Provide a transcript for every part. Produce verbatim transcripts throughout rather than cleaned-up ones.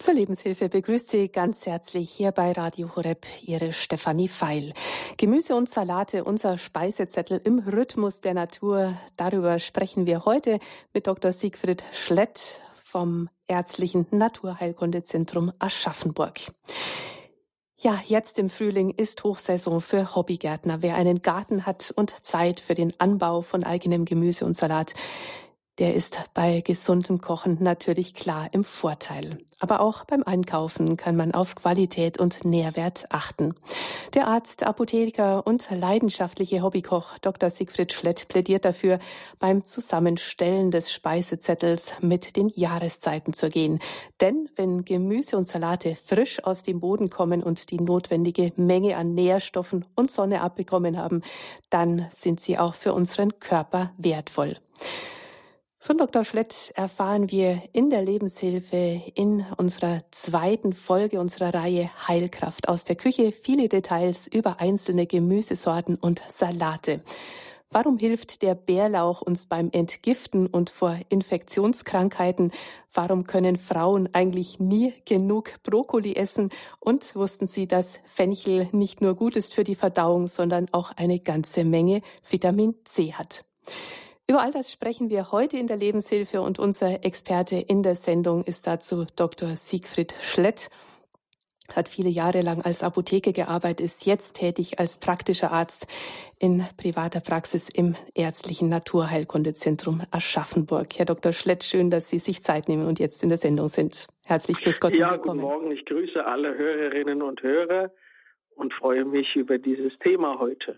Zur Lebenshilfe begrüßt Sie ganz herzlich hier bei Radio Horeb Ihre Stefanie Feil. Gemüse und Salate, unser Speisezettel im Rhythmus der Natur. Darüber sprechen wir heute mit Doktor Siegfried Schlett vom Ärztlichen Naturheilkundezentrum Aschaffenburg. Ja, jetzt im Frühling ist Hochsaison für Hobbygärtner. Wer einen Garten hat und Zeit für den Anbau von eigenem Gemüse und Salat, der ist bei gesundem Kochen natürlich klar im Vorteil. Aber auch beim Einkaufen kann man auf Qualität und Nährwert achten. Der Arzt, Apotheker und leidenschaftliche Hobbykoch Doktor Siegfried Schlett plädiert dafür, beim Zusammenstellen des Speisezettels mit den Jahreszeiten zu gehen. Denn wenn Gemüse und Salate frisch aus dem Boden kommen und die notwendige Menge an Nährstoffen und Sonne abbekommen haben, dann sind sie auch für unseren Körper wertvoll. Von Doktor Schlett erfahren wir in der Lebenshilfe in unserer zweiten Folge unserer Reihe Heilkraft aus der Küche viele Details über einzelne Gemüsesorten und Salate. Warum hilft der Bärlauch uns beim Entgiften und vor Infektionskrankheiten? Warum können Frauen eigentlich nie genug Brokkoli essen? Und wussten Sie, dass Fenchel nicht nur gut ist für die Verdauung, sondern auch eine ganze Menge Vitamin C hat? Über all das sprechen wir heute in der Lebenshilfe und unser Experte in der Sendung ist dazu Doktor Siegfried Schlett. Hat viele Jahre lang als Apotheker gearbeitet, ist jetzt tätig als praktischer Arzt in privater Praxis im Ärztlichen Naturheilkundezentrum Aschaffenburg. Herr Doktor Schlett, schön, dass Sie sich Zeit nehmen und jetzt in der Sendung sind. Herzlich grüß Gott ja, und willkommen. Guten Morgen, ich grüße alle Hörerinnen und Hörer und freue mich über dieses Thema heute.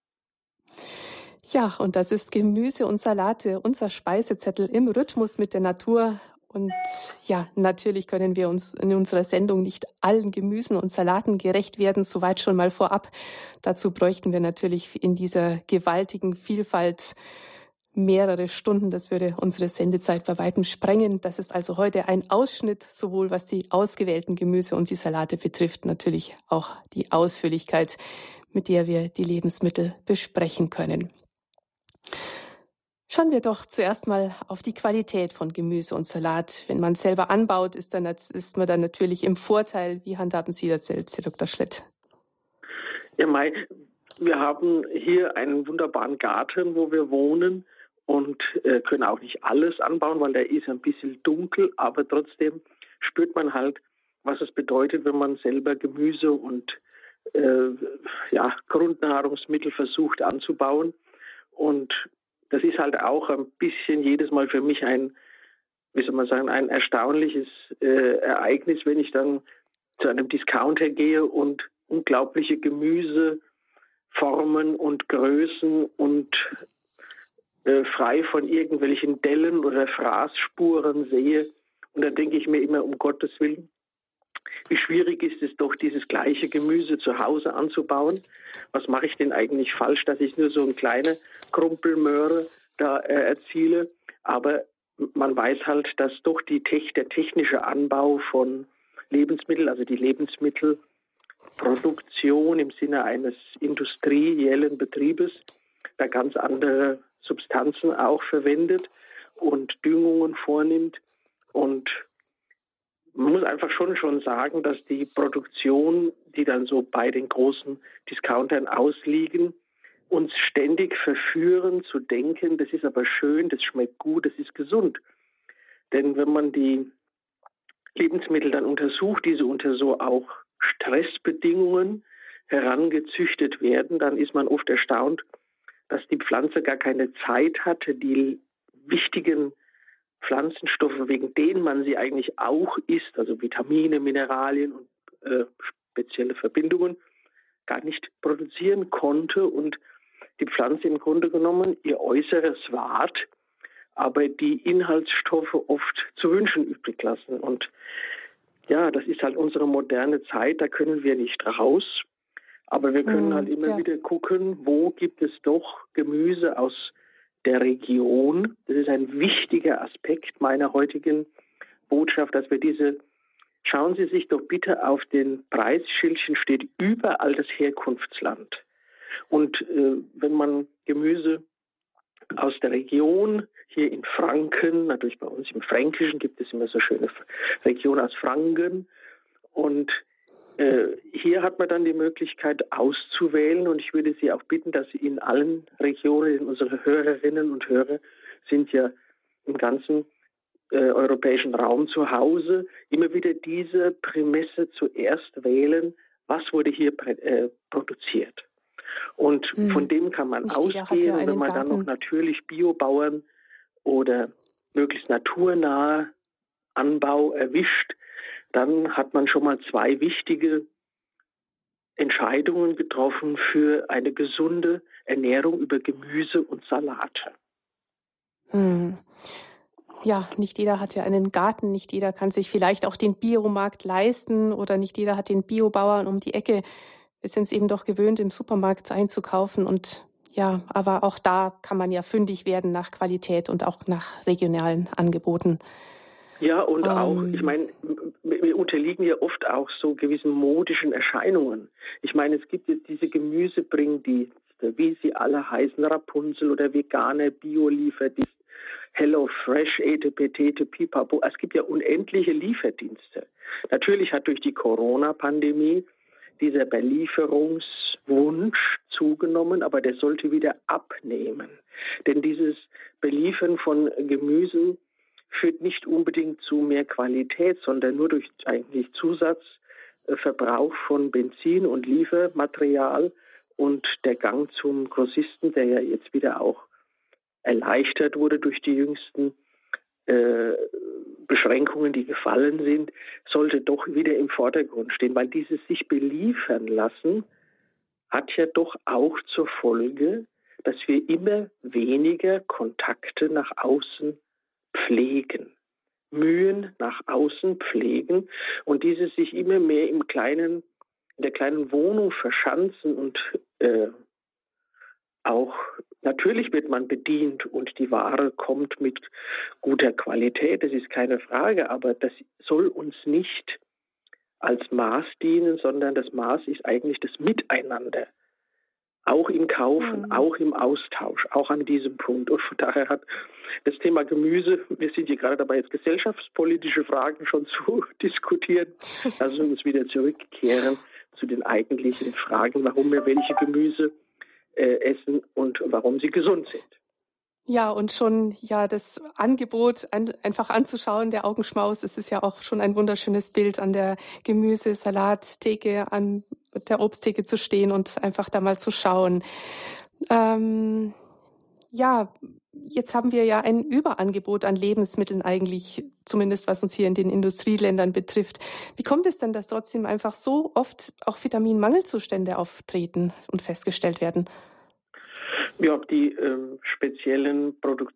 Ja, und das ist Gemüse und Salate, unser Speisezettel im Rhythmus mit der Natur. Und ja, natürlich können wir uns in unserer Sendung nicht allen Gemüsen und Salaten gerecht werden, soweit schon mal vorab. Dazu bräuchten wir natürlich in dieser gewaltigen Vielfalt mehrere Stunden. Das würde unsere Sendezeit bei weitem sprengen. Das ist also heute ein Ausschnitt, sowohl was die ausgewählten Gemüse und die Salate betrifft, natürlich auch die Ausführlichkeit, mit der wir die Lebensmittel besprechen können. Schauen wir doch zuerst mal auf die Qualität von Gemüse und Salat. Wenn man selber anbaut, ist, dann, ist man dann natürlich im Vorteil. Wie handhaben Sie das selbst, Herr Doktor Schlett? Ja, Mai, wir haben hier einen wunderbaren Garten, wo wir wohnen und äh, können auch nicht alles anbauen, weil der ist ein bisschen dunkel, aber trotzdem spürt man halt, was es bedeutet, wenn man selber Gemüse und äh, ja, Grundnahrungsmittel versucht anzubauen. Und das ist halt auch ein bisschen jedes Mal für mich ein, wie soll man sagen, ein erstaunliches äh, Ereignis, wenn ich dann zu einem Discounter gehe und unglaubliche Gemüseformen und Größen und äh, frei von irgendwelchen Dellen oder Fraßspuren sehe. Und da denke ich mir immer, um Gottes Willen, wie schwierig ist es doch, dieses gleiche Gemüse zu Hause anzubauen? Was mache ich denn eigentlich falsch, dass ich nur so eine kleine Krumpelmöhre da äh, erziele? Aber man weiß halt, dass doch die Tech, der technische Anbau von Lebensmitteln, also die Lebensmittelproduktion im Sinne eines industriellen Betriebes, da ganz andere Substanzen auch verwendet und Düngungen vornimmt. Und man muss einfach schon schon sagen, dass die Produktion, die dann so bei den großen Discountern ausliegen, uns ständig verführen zu denken, das ist aber schön, das schmeckt gut, das ist gesund. Denn wenn man die Lebensmittel dann untersucht, diese unter so auch Stressbedingungen herangezüchtet werden, dann ist man oft erstaunt, dass die Pflanze gar keine Zeit hatte, die wichtigen Pflanzenstoffe, wegen denen man sie eigentlich auch isst, also Vitamine, Mineralien und äh, spezielle Verbindungen, gar nicht produzieren konnte und die Pflanze im Grunde genommen ihr Äußeres wahrt, aber die Inhaltsstoffe oft zu wünschen übrig lassen. Und ja, das ist halt unsere moderne Zeit, da können wir nicht raus, aber wir können mm, halt immer ja. wieder gucken, wo gibt es doch Gemüse aus der Region. Das ist ein wichtiger Aspekt meiner heutigen Botschaft, dass wir diese, schauen Sie sich doch bitte auf den Preisschildchen, steht überall das Herkunftsland. Und äh, wenn man Gemüse aus der Region hier in Franken, natürlich bei uns im Fränkischen gibt es immer so schöne Region aus Franken. Und äh, hier hat man dann die Möglichkeit auszuwählen. Und ich würde Sie auch bitten, dass Sie in allen Regionen, unsere Hörerinnen und Hörer sind ja im ganzen äh, europäischen Raum zu Hause, immer wieder diese Prämisse zuerst wählen, was wurde hier äh, produziert. Und hm. von dem kann man Nicht ausgehen. Ja und wenn man Garten. dann noch natürlich Biobauern oder möglichst naturnah Anbau erwischt, dann hat man schon mal zwei wichtige Entscheidungen getroffen für eine gesunde Ernährung über Gemüse und Salate. Hm. Ja, nicht jeder hat ja einen Garten, nicht jeder kann sich vielleicht auch den Biomarkt leisten oder nicht jeder hat den Biobauern um die Ecke. Wir sind es eben doch gewöhnt, im Supermarkt einzukaufen und ja, aber auch da kann man ja fündig werden nach Qualität und auch nach regionalen Angeboten. Ja, und ähm, auch, ich meine, wir unterliegen ja oft auch so gewissen modischen Erscheinungen. Ich meine, es gibt jetzt diese Gemüsebringdienste, wie sie alle heißen, Rapunzel oder vegane Bio-Lieferdienste, Hello Fresh, Etepetete, Pipapo. Es gibt ja unendliche Lieferdienste. Natürlich hat durch die Corona-Pandemie dieser Belieferungswunsch zugenommen, aber der sollte wieder abnehmen. Denn dieses Beliefern von Gemüsen führt nicht unbedingt zu mehr Qualität, sondern nur durch eigentlich Zusatzverbrauch von Benzin und Liefermaterial und der Gang zum Grossisten, der ja jetzt wieder auch erleichtert wurde durch die jüngsten äh, Beschränkungen, die gefallen sind, sollte doch wieder im Vordergrund stehen, weil dieses sich beliefern lassen hat ja doch auch zur Folge, dass wir immer weniger Kontakte nach außen pflegen, Mühen nach außen pflegen und diese sich immer mehr im kleinen, in der kleinen Wohnung verschanzen und äh, auch natürlich wird man bedient und die Ware kommt mit guter Qualität, das ist keine Frage, aber das soll uns nicht als Maß dienen, sondern das Maß ist eigentlich das Miteinander. Auch im Kaufen, mhm. auch im Austausch, auch an diesem Punkt. Und von daher hat das Thema Gemüse, wir sind hier gerade dabei, jetzt gesellschaftspolitische Fragen schon zu diskutieren. Lassen wir uns wieder zurückkehren zu den eigentlichen Fragen, warum wir welche Gemüse äh, essen und warum sie gesund sind. Ja, und schon ja das Angebot ein, einfach anzuschauen, der Augenschmaus, es ist ja auch schon ein wunderschönes Bild, an der Gemüse-, Salattheke, an der Obsttheke zu stehen und einfach da mal zu schauen. Ähm, ja, jetzt haben wir ja ein Überangebot an Lebensmitteln eigentlich, zumindest was uns hier in den Industrieländern betrifft. Wie kommt es denn, dass trotzdem einfach so oft auch Vitaminmangelzustände auftreten und festgestellt werden? Ja, die äh, speziellen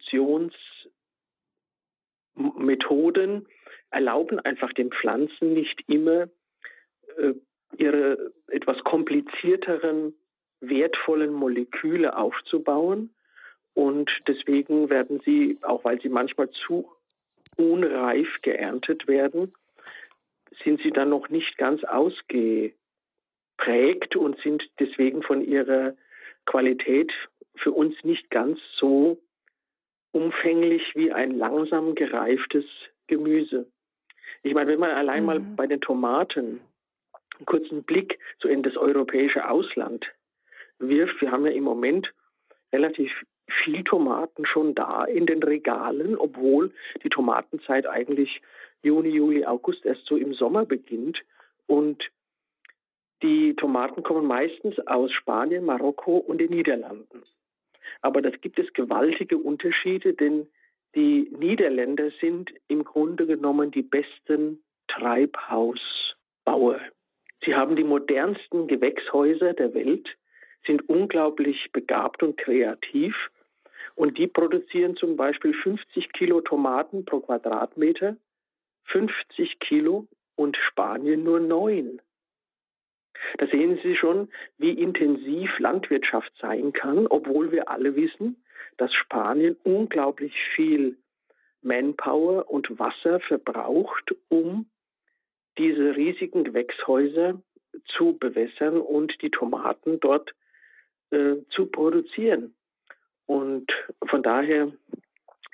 Produktionsmethoden erlauben einfach den Pflanzen nicht immer äh, ihre etwas komplizierteren, wertvollen Moleküle aufzubauen. Und deswegen werden sie, auch weil sie manchmal zu unreif geerntet werden, sind sie dann noch nicht ganz ausgeprägt und sind deswegen von ihrer Qualität für uns nicht ganz so umfänglich wie ein langsam gereiftes Gemüse. Ich meine, wenn man allein mhm. mal bei den Tomaten einen kurzen Blick so in das europäische Ausland wirft, wir haben ja im Moment relativ viel Tomaten schon da in den Regalen, obwohl die Tomatenzeit eigentlich Juni, Juli, August erst so im Sommer beginnt. Und die Tomaten kommen meistens aus Spanien, Marokko und den Niederlanden. Aber da gibt es gewaltige Unterschiede, denn die Niederländer sind im Grunde genommen die besten Treibhausbauer. Sie haben die modernsten Gewächshäuser der Welt, sind unglaublich begabt und kreativ und die produzieren zum Beispiel fünfzig Kilo Tomaten pro Quadratmeter, fünfzig Kilo und Spanien nur neun. Da sehen Sie schon, wie intensiv Landwirtschaft sein kann, obwohl wir alle wissen, dass Spanien unglaublich viel Manpower und Wasser verbraucht, um diese riesigen Gewächshäuser zu bewässern und die Tomaten dort äh, zu produzieren. Und von daher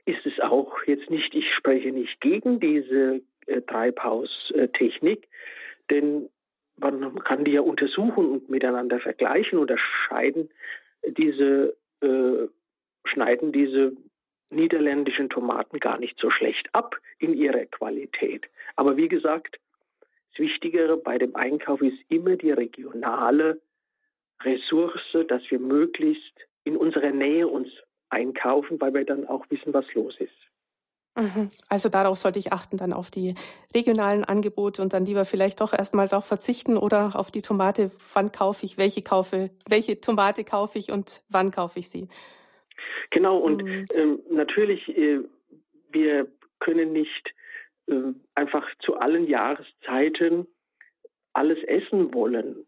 ist es auch jetzt nicht, ich spreche nicht gegen diese äh, Treibhaustechnik, denn man kann die ja untersuchen und miteinander vergleichen, unterscheiden diese, äh, schneiden diese niederländischen Tomaten gar nicht so schlecht ab in ihrer Qualität. Aber wie gesagt, das Wichtigere bei dem Einkauf ist immer die regionale Ressource, dass wir möglichst in unserer Nähe uns einkaufen, weil wir dann auch wissen, was los ist. Mhm. Also darauf sollte ich achten, dann auf die regionalen Angebote und dann lieber vielleicht doch erstmal darauf verzichten oder auf die Tomate, wann kaufe ich, welche kaufe, welche Tomate kaufe ich und wann kaufe ich sie. Genau, und Mhm. ähm, natürlich, äh, wir können nicht äh, einfach zu allen Jahreszeiten alles essen wollen.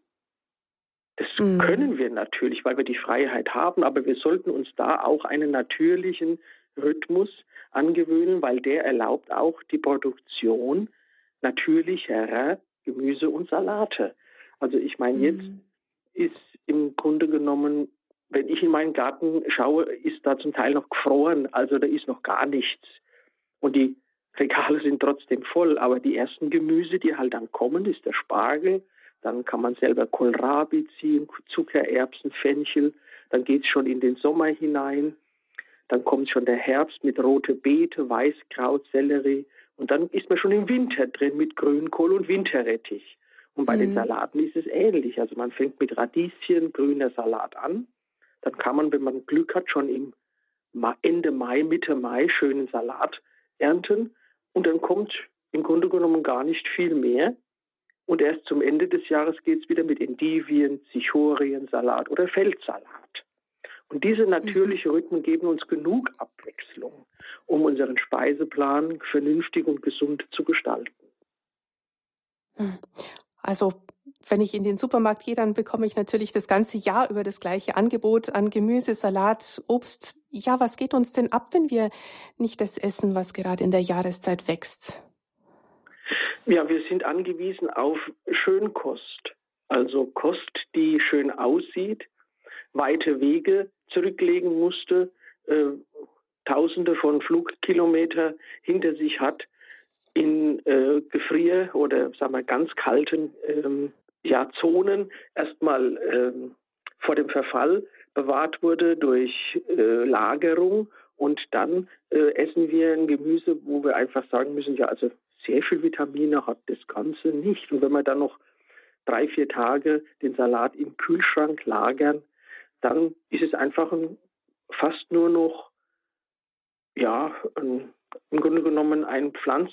Das Mhm. können wir natürlich, weil wir die Freiheit haben, aber wir sollten uns da auch einen natürlichen Rhythmus angewöhnen, weil der erlaubt auch die Produktion natürlicherer Gemüse und Salate. Also ich meine, jetzt Mhm. ist im Grunde genommen, wenn ich in meinen Garten schaue, ist da zum Teil noch gefroren, also da ist noch gar nichts. Und die Regale sind trotzdem voll, aber die ersten Gemüse, die halt dann kommen, ist der Spargel, dann kann man selber Kohlrabi ziehen, Zuckererbsen, Fenchel, dann geht es schon in den Sommer hinein, dann kommt schon der Herbst mit rote Beete, Weißkraut, Sellerie und dann ist man schon im Winter drin mit Grünkohl und Winterrettich. Und bei den Mhm. Salaten ist es ähnlich, also man fängt mit Radieschen, grüner Salat an, dann kann man, wenn man Glück hat, schon im Ende Mai, Mitte Mai schönen Salat ernten und dann kommt im Grunde genommen gar nicht viel mehr. Und erst zum Ende des Jahres geht es wieder mit Endivien, Zichoriensalat oder Feldsalat. Und diese Mhm. natürlichen Rhythmen geben uns genug Abwechslung, um unseren Speiseplan vernünftig und gesund zu gestalten. Mhm. Also wenn ich in den Supermarkt gehe, dann bekomme ich natürlich das ganze Jahr über das gleiche Angebot an Gemüse, Salat, Obst. Ja, was geht uns denn ab, wenn wir nicht das essen, was gerade in der Jahreszeit wächst? Ja, wir sind angewiesen auf Schönkost, also Kost, die schön aussieht, weite Wege zurücklegen musste, äh, Tausende von Flugkilometer hinter sich hat, in äh, Gefrier- oder sagen wir ganz kalten ähm, ja, Zonen erstmal ähm, vor dem Verfall bewahrt wurde durch äh, Lagerung und dann äh, essen wir ein Gemüse, wo wir einfach sagen müssen, ja, also sehr viel Vitamine hat das Ganze nicht. Und wenn wir dann noch drei, vier Tage den Salat im Kühlschrank lagern, dann ist es einfach ein, fast nur noch, ja, ein, im Grunde genommen ein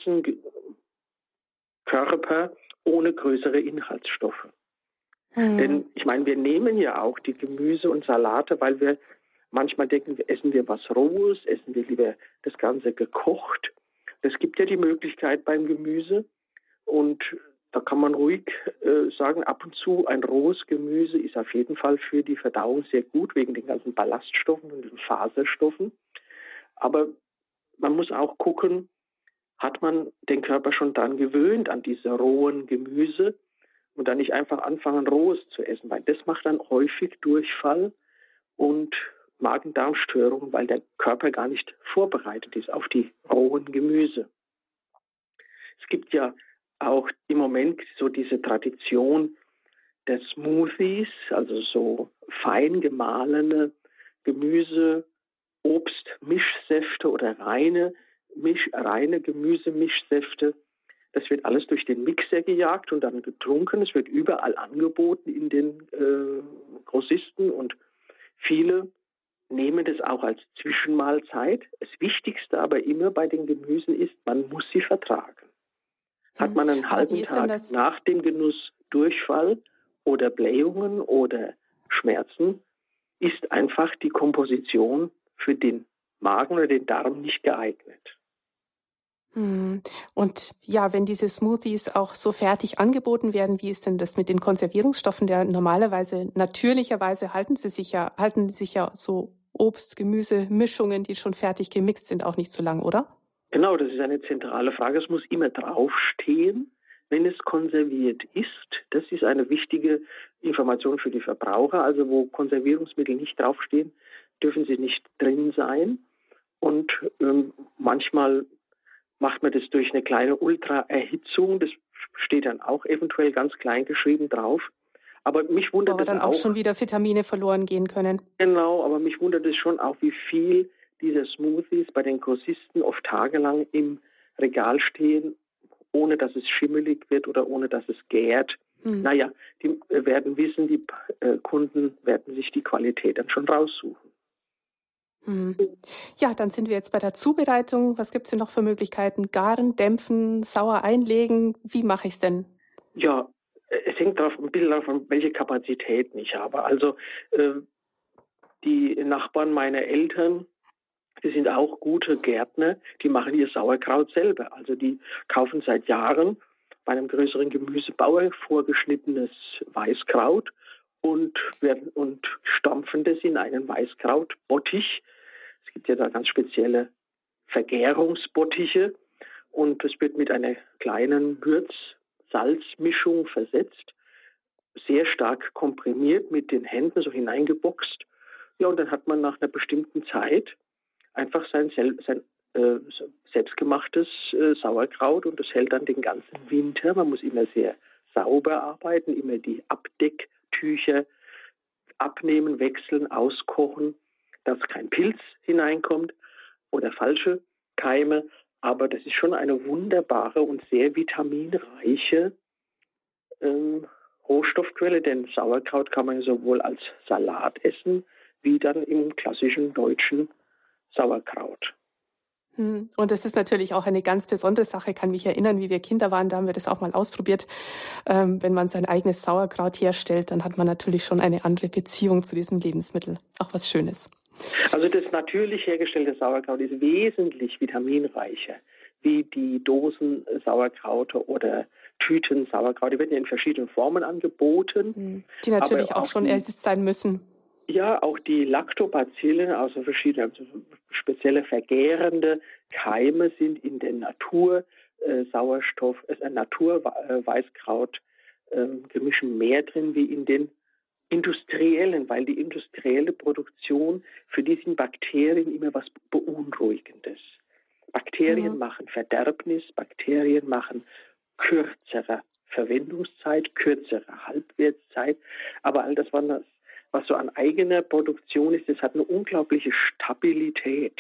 Pflanzenkörper ohne größere Inhaltsstoffe. Mhm. Denn ich meine, wir nehmen ja auch die Gemüse und Salate, weil wir manchmal denken, essen wir was Rohes, essen wir lieber das Ganze gekocht. Es gibt ja die Möglichkeit beim Gemüse und da kann man ruhig äh, sagen, ab und zu ein rohes Gemüse ist auf jeden Fall für die Verdauung sehr gut, wegen den ganzen Ballaststoffen und den Faserstoffen. Aber man muss auch gucken, hat man den Körper schon daran gewöhnt, an diese rohen Gemüse und dann nicht einfach anfangen, rohes zu essen, weil das macht dann häufig Durchfall und Magen-Darm-Störungen, weil der Körper gar nicht vorbereitet ist auf die rohen Gemüse. Es gibt ja auch im Moment so diese Tradition der Smoothies, also so fein gemahlene Gemüse, Obst, Mischsäfte oder reine, Misch, reine Gemüsemischsäfte. Das wird alles durch den Mixer gejagt und dann getrunken. Es wird überall angeboten in den äh, Grossisten und viele nehmen das auch als Zwischenmahlzeit. Das Wichtigste aber immer bei den Gemüsen ist, man muss sie vertragen. Hat Mhm. man einen Aber wie halben ist denn Tag das? nach dem Genuss Durchfall oder Blähungen oder Schmerzen, ist einfach die Komposition für den Magen oder den Darm nicht geeignet. Mhm. Und ja, wenn diese Smoothies auch so fertig angeboten werden, wie ist denn das mit den Konservierungsstoffen? Der normalerweise, natürlicherweise halten sie sich ja, halten sich ja so Obst, Gemüse, Mischungen, die schon fertig gemixt sind, auch nicht so lang, oder? Genau, das ist eine zentrale Frage. Es muss immer draufstehen, wenn es konserviert ist. Das ist eine wichtige Information für die Verbraucher. Also wo Konservierungsmittel nicht draufstehen, dürfen sie nicht drin sein. Und ähm, manchmal macht man das durch eine kleine Ultraerhitzung. Das steht dann auch eventuell ganz klein geschrieben drauf. Aber mich wundert aber es dann auch, auch schon wieder Vitamine verloren gehen können. Genau, aber mich wundert es schon auch, wie viel dieser Smoothies bei den Grossisten oft tagelang im Regal stehen, ohne dass es schimmelig wird oder ohne dass es gärt. Hm. Naja, die werden wissen, die äh, Kunden werden sich die Qualität dann schon raussuchen. Hm. Ja, dann sind wir jetzt bei der Zubereitung. Was gibt es denn noch für Möglichkeiten? Garen, dämpfen, sauer einlegen. Wie mache ich es denn? Ja, es hängt darauf, ein bisschen davon, welche Kapazitäten ich habe. Also äh, die Nachbarn meiner Eltern, die sind auch gute Gärtner, die machen ihr Sauerkraut selber. Also die kaufen seit Jahren bei einem größeren Gemüsebauer vorgeschnittenes Weißkraut und, werden, und stampfen das in einen Weißkrautbottich. Es gibt ja da ganz spezielle Vergärungsbottiche und es wird mit einer kleinen Würz-Salzmischung versetzt, sehr stark komprimiert, mit den Händen so hineingeboxt. Ja, und dann hat man nach einer bestimmten Zeit einfach sein, sein äh, selbstgemachtes äh, Sauerkraut und das hält dann den ganzen Winter. Man muss immer sehr sauber arbeiten, immer die Abdecktücher abnehmen, wechseln, auskochen, dass kein Pilz hineinkommt oder falsche Keime. Aber das ist schon eine wunderbare und sehr vitaminreiche ähm, Rohstoffquelle, denn Sauerkraut kann man sowohl als Salat essen, wie dann im klassischen deutschen Sauerkraut. Und es ist natürlich auch eine ganz besondere Sache. Ich kann mich erinnern, wie wir Kinder waren, da haben wir das auch mal ausprobiert. Ähm, wenn man sein eigenes Sauerkraut herstellt, dann hat man natürlich schon eine andere Beziehung zu diesem Lebensmittel. Auch was Schönes. Also das natürlich hergestellte Sauerkraut ist wesentlich vitaminreicher wie die Dosen Sauerkraute oder Tüten Sauerkraut. Die werden ja in verschiedenen Formen angeboten. Die natürlich auch, auch schon erhitzt sein müssen. Ja, auch die Lactobacillen, also verschiedene also spezielle vergärende Keime sind in den Natur äh, Sauerstoff, äh, Natur äh, Weißkraut äh, Gemischen mehr drin wie in den industriellen, weil die industrielle Produktion, für die sind Bakterien immer was Beunruhigendes. Bakterien mhm. machen Verderbnis, Bakterien machen kürzere Verwendungszeit, kürzere Halbwertszeit, aber all das, was, was so an eigener Produktion ist, das hat eine unglaubliche Stabilität.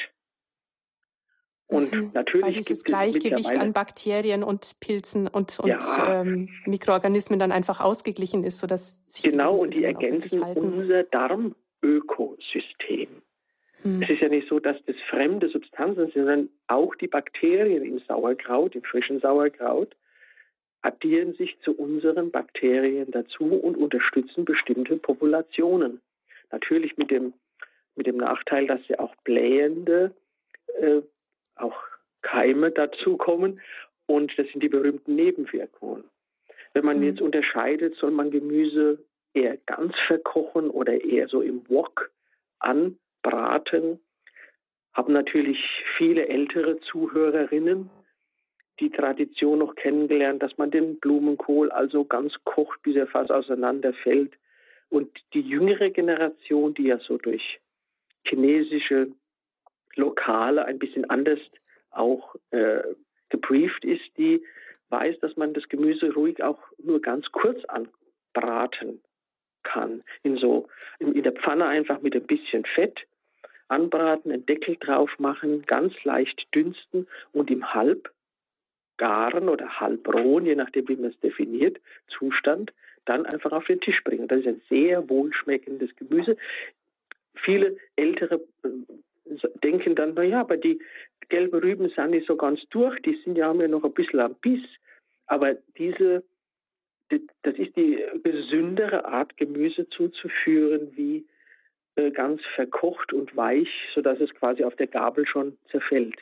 Und mhm. natürlich weil dieses Gleichgewicht an Bakterien und Pilzen und, und ja. ähm, Mikroorganismen dann einfach ausgeglichen ist, sodass sich genau die und die ergänzen unser Darmökosystem. Mhm. Es ist ja nicht so, dass das fremde Substanzen sind, sondern auch die Bakterien im Sauerkraut, im frischen Sauerkraut, addieren sich zu unseren Bakterien dazu und unterstützen bestimmte Populationen. Natürlich mit dem, mit dem Nachteil, dass ja auch blähende äh, auch Keime dazukommen und das sind die berühmten Nebenwirkungen. Wenn man mhm. jetzt unterscheidet, soll man Gemüse eher ganz verkochen oder eher so im Wok anbraten, haben natürlich viele ältere Zuhörerinnen die Tradition noch kennengelernt, dass man den Blumenkohl also ganz kocht, bis er fast auseinanderfällt. Und die jüngere Generation, die ja so durch chinesische Lokale ein bisschen anders auch äh, gebrieft ist, die weiß, dass man das Gemüse ruhig auch nur ganz kurz anbraten kann. In so in, in der Pfanne einfach mit ein bisschen Fett anbraten, einen Deckel drauf machen, ganz leicht dünsten und im Halbgaren oder Halbrohen, je nachdem wie man es definiert, Zustand, dann einfach auf den Tisch bringen. Das ist ein sehr wohlschmeckendes Gemüse. Viele ältere äh, denken dann, naja, aber die gelben Rüben sind nicht so ganz durch, die sind ja, haben ja noch ein bisschen am Biss. Aber diese, das ist die gesündere Art, Gemüse zuzuführen, wie äh, ganz verkocht und weich, sodass es quasi auf der Gabel schon zerfällt.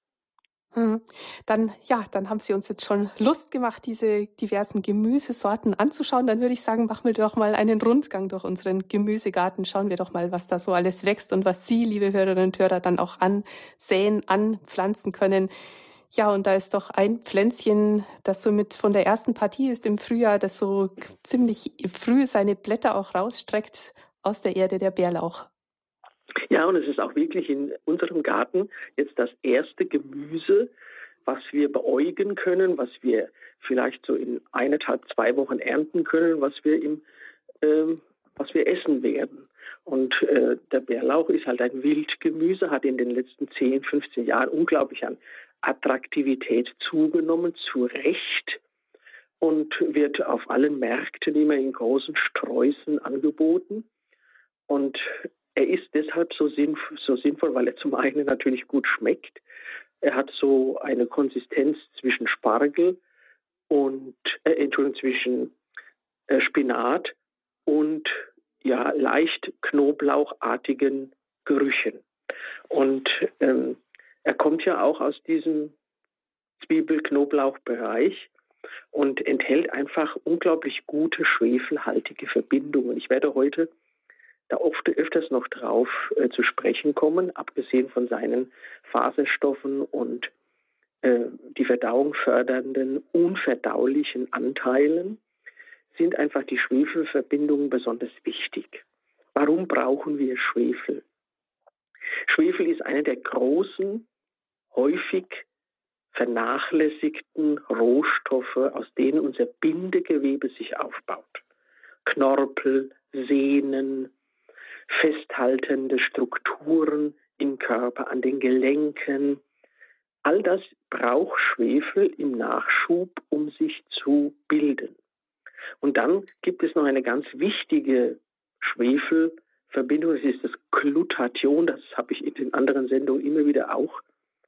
Dann, ja, dann haben Sie uns jetzt schon Lust gemacht, diese diversen Gemüsesorten anzuschauen. Dann würde ich sagen, machen wir doch mal einen Rundgang durch unseren Gemüsegarten. Schauen wir doch mal, was da so alles wächst und was Sie, liebe Hörerinnen und Hörer, dann auch ansäen, anpflanzen können. Ja, und da ist doch ein Pflänzchen, das so mit von der ersten Partie ist im Frühjahr, das so ziemlich früh seine Blätter auch rausstreckt aus der Erde, der Bärlauch. Ja, und es ist auch wirklich in unserem Garten jetzt das erste Gemüse, was wir beäugen können, was wir vielleicht so in eineinhalb, zwei Wochen ernten können, was wir im, ähm, was wir essen werden. Und äh, der Bärlauch ist halt ein Wildgemüse, hat in den letzten zehn, fünfzehn Jahren unglaublich an Attraktivität zugenommen, zu Recht, und wird auf allen Märkten immer in großen Sträußen angeboten. Und er ist deshalb so, sinnv so sinnvoll, weil er zum einen natürlich gut schmeckt. Er hat so eine Konsistenz zwischen Spargel und, äh, Entschuldigung, zwischen äh, Spinat und ja, leicht knoblauchartigen Gerüchen. Und ähm, er kommt ja auch aus diesem Zwiebel-Knoblauch-Bereich und enthält einfach unglaublich gute schwefelhaltige Verbindungen. Ich werde heute da oft öfters noch drauf äh, zu sprechen kommen, abgesehen von seinen Faserstoffen und äh, die Verdauung fördernden unverdaulichen Anteilen, sind einfach die Schwefelverbindungen besonders wichtig. Warum brauchen wir Schwefel? Schwefel ist einer der großen, häufig vernachlässigten Rohstoffe, aus denen unser Bindegewebe sich aufbaut. Knorpel, Sehnen, festhaltende Strukturen im Körper, an den Gelenken. All das braucht Schwefel im Nachschub, um sich zu bilden. Und dann gibt es noch eine ganz wichtige Schwefelverbindung, das ist das Glutathion, das habe ich in den anderen Sendungen immer wieder auch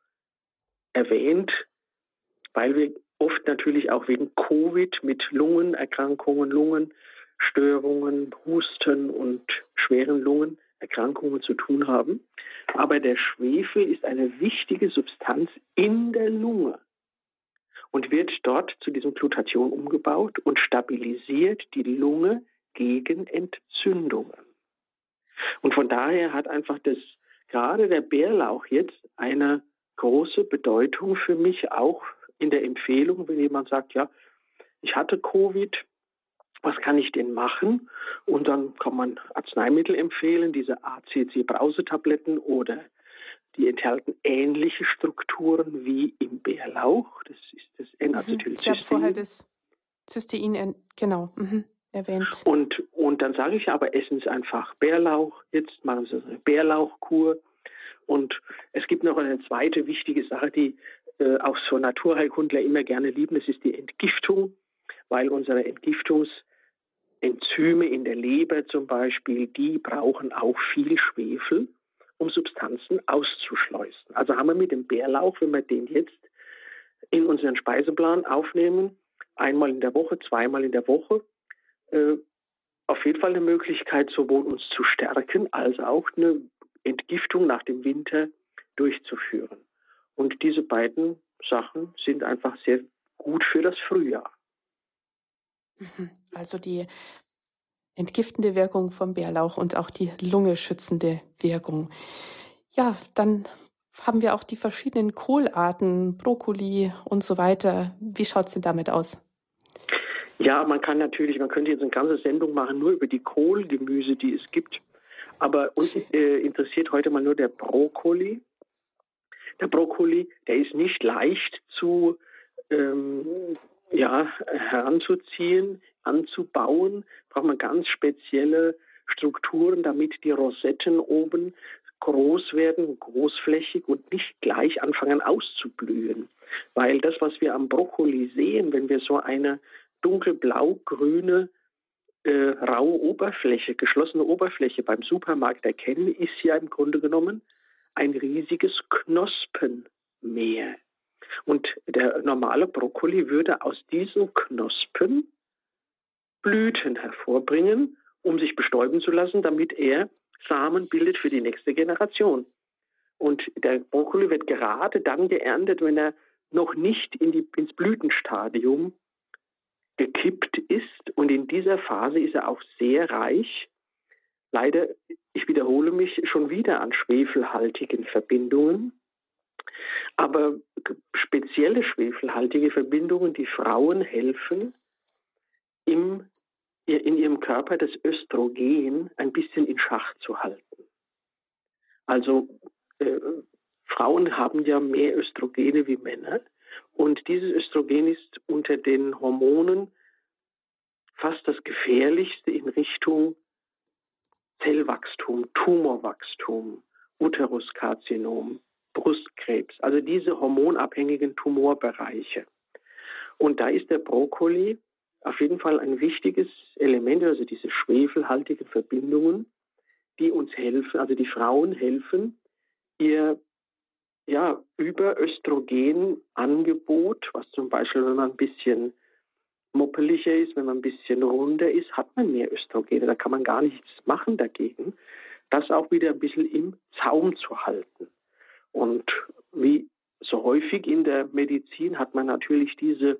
erwähnt, weil wir oft natürlich auch wegen Covid mit Lungenerkrankungen, Lungenstörungen, Husten und schweren Lungenerkrankungen zu tun haben. Aber der Schwefel ist eine wichtige Substanz in der Lunge und wird dort zu diesem Glutathion umgebaut und stabilisiert die Lunge gegen Entzündungen. Und von daher hat einfach das, gerade der Bärlauch jetzt eine große Bedeutung für mich, auch in der Empfehlung, wenn jemand sagt, ja, ich hatte Covid, was kann ich denn machen? Und dann kann man Arzneimittel empfehlen, diese A C C-Brausetabletten, oder die enthalten ähnliche Strukturen wie im Bärlauch. Das ist das N-Acetylcystein. Ich habe vorher das Cystein, genau, mhm, erwähnt. Und, und dann sage ich aber, essen Sie einfach Bärlauch. Jetzt machen Sie eine Bärlauchkur. Und es gibt noch eine zweite wichtige Sache, die äh, auch so Naturheilkundler immer gerne lieben. Das ist die Entgiftung, weil unsere Entgiftungsenzyme in der Leber zum Beispiel, die brauchen auch viel Schwefel, um Substanzen auszuschleusen. Also haben wir mit dem Bärlauch, wenn wir den jetzt in unseren Speiseplan aufnehmen, einmal in der Woche, zweimal in der Woche, äh, auf jeden Fall eine Möglichkeit, sowohl uns zu stärken, als auch eine Entgiftung nach dem Winter durchzuführen. Und diese beiden Sachen sind einfach sehr gut für das Frühjahr. Also die entgiftende Wirkung vom Bärlauch und auch die Lunge schützende Wirkung. Ja, dann haben wir auch die verschiedenen Kohlarten, Brokkoli und so weiter. Wie schaut es denn damit aus? Ja, man kann natürlich, man könnte jetzt eine ganze Sendung machen, nur über die Kohlgemüse, die es gibt. Aber uns äh, interessiert heute mal nur der Brokkoli. Der Brokkoli, der ist nicht leicht zu ähm, ja, heranzuziehen, anzubauen. Braucht man ganz spezielle Strukturen, damit die Rosetten oben groß werden, großflächig und nicht gleich anfangen auszublühen. Weil das, was wir am Brokkoli sehen, wenn wir so eine dunkelblau-grüne äh, raue Oberfläche, geschlossene Oberfläche beim Supermarkt erkennen, ist ja im Grunde genommen ein riesiges Knospenmeer. Und der normale Brokkoli würde aus diesen Knospen Blüten hervorbringen, um sich bestäuben zu lassen, damit er Samen bildet für die nächste Generation. Und der Brokkoli wird gerade dann geerntet, wenn er noch nicht in die, ins Blütenstadium gekippt ist. Und in dieser Phase ist er auch sehr reich. Leider, ich wiederhole mich, schon wieder an schwefelhaltigen Verbindungen. Aber spezielle schwefelhaltige Verbindungen, die Frauen helfen, im, in ihrem Körper das Östrogen ein bisschen in Schach zu halten. Also äh, Frauen haben ja mehr Östrogene wie Männer und dieses Östrogen ist unter den Hormonen fast das gefährlichste in Richtung Zellwachstum, Tumorwachstum, Uteruskarzinom, Brustkrebs, also diese hormonabhängigen Tumorbereiche. Und da ist der Brokkoli auf jeden Fall ein wichtiges Element, also diese schwefelhaltigen Verbindungen, die uns helfen, also die Frauen helfen, ihr ja, Überöstrogenangebot, was zum Beispiel, wenn man ein bisschen moppeliger ist, wenn man ein bisschen runder ist, hat man mehr Östrogene. Da kann man gar nichts machen dagegen, das auch wieder ein bisschen im Zaum zu halten. Und wie so häufig in der Medizin hat man natürlich diese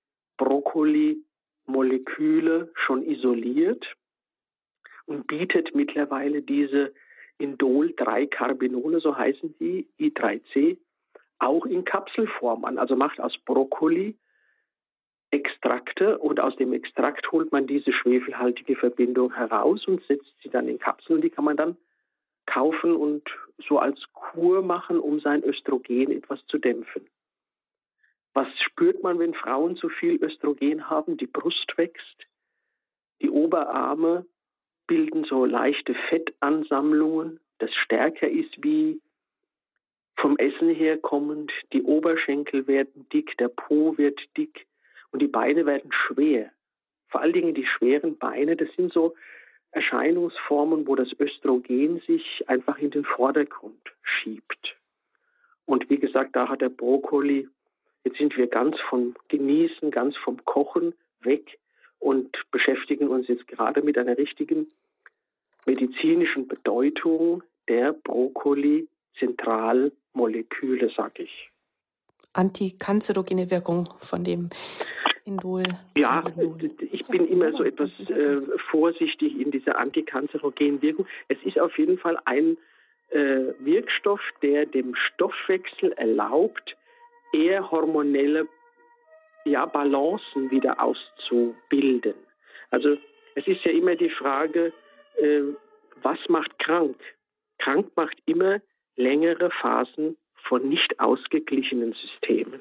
Brokkoli-Moleküle schon isoliert und bietet mittlerweile diese Indol drei Carbinole, so heißen die, I drei C, auch in Kapselform an. Also macht aus Brokkoli Extrakte und aus dem Extrakt holt man diese schwefelhaltige Verbindung heraus und setzt sie dann in Kapseln. Die kann man dann kaufen und so als Kur machen, um sein Östrogen etwas zu dämpfen. Was spürt man, wenn Frauen zu viel Östrogen haben? Die Brust wächst, die Oberarme bilden so leichte Fettansammlungen, das stärker ist wie vom Essen her kommend. Die Oberschenkel werden dick, der Po wird dick und die Beine werden schwer. Vor allen Dingen die schweren Beine, das sind so Erscheinungsformen, wo das Östrogen sich einfach in den Vordergrund schiebt. Und wie gesagt, da hat der Brokkoli, jetzt sind wir ganz vom Genießen, ganz vom Kochen weg und beschäftigen uns jetzt gerade mit einer richtigen medizinischen Bedeutung der Brokkoli-Zentralmoleküle, sag ich. Antikanzerogene Wirkung von dem Indol. Ja, ich bin immer so etwas äh, vorsichtig in dieser antikanzerogenen Wirkung. Es ist auf jeden Fall ein äh, Wirkstoff, der dem Stoffwechsel erlaubt, eher hormonelle ja, Balancen wieder auszubilden. Also es ist ja immer die Frage, äh, was macht krank? Krank macht immer längere Phasen von nicht ausgeglichenen Systemen.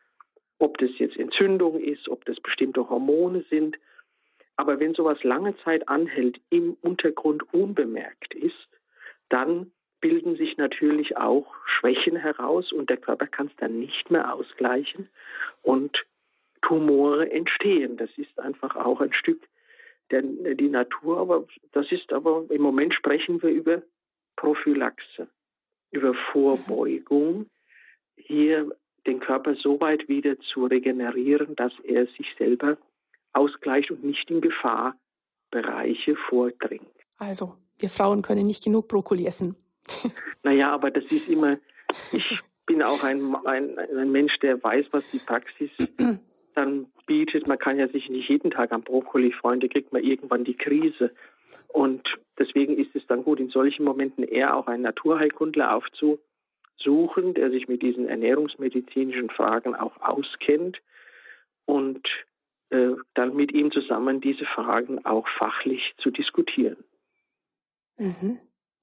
Ob das jetzt Entzündung ist, ob das bestimmte Hormone sind. Aber wenn sowas lange Zeit anhält, im Untergrund unbemerkt ist, dann bilden sich natürlich auch Schwächen heraus und der Körper kann es dann nicht mehr ausgleichen und Tumore entstehen. Das ist einfach auch ein Stück der, die Natur, aber das ist aber, im Moment sprechen wir über Prophylaxe, über Vorbeugung, hier den Körper so weit wieder zu regenerieren, dass er sich selber ausgleicht und nicht in Gefahrbereiche vordringt. Also, wir Frauen können nicht genug Brokkoli essen. Naja, aber das ist immer, ich bin auch ein, ein, ein Mensch, der weiß, was die Praxis dann bietet. Man kann ja sich nicht jeden Tag am Brokkoli freuen, da kriegt man irgendwann die Krise. Und deswegen ist es dann gut, in solchen Momenten eher auch einen Naturheilkundler aufzusuchen, der sich mit diesen ernährungsmedizinischen Fragen auch auskennt und äh, dann mit ihm zusammen diese Fragen auch fachlich zu diskutieren. Mhm.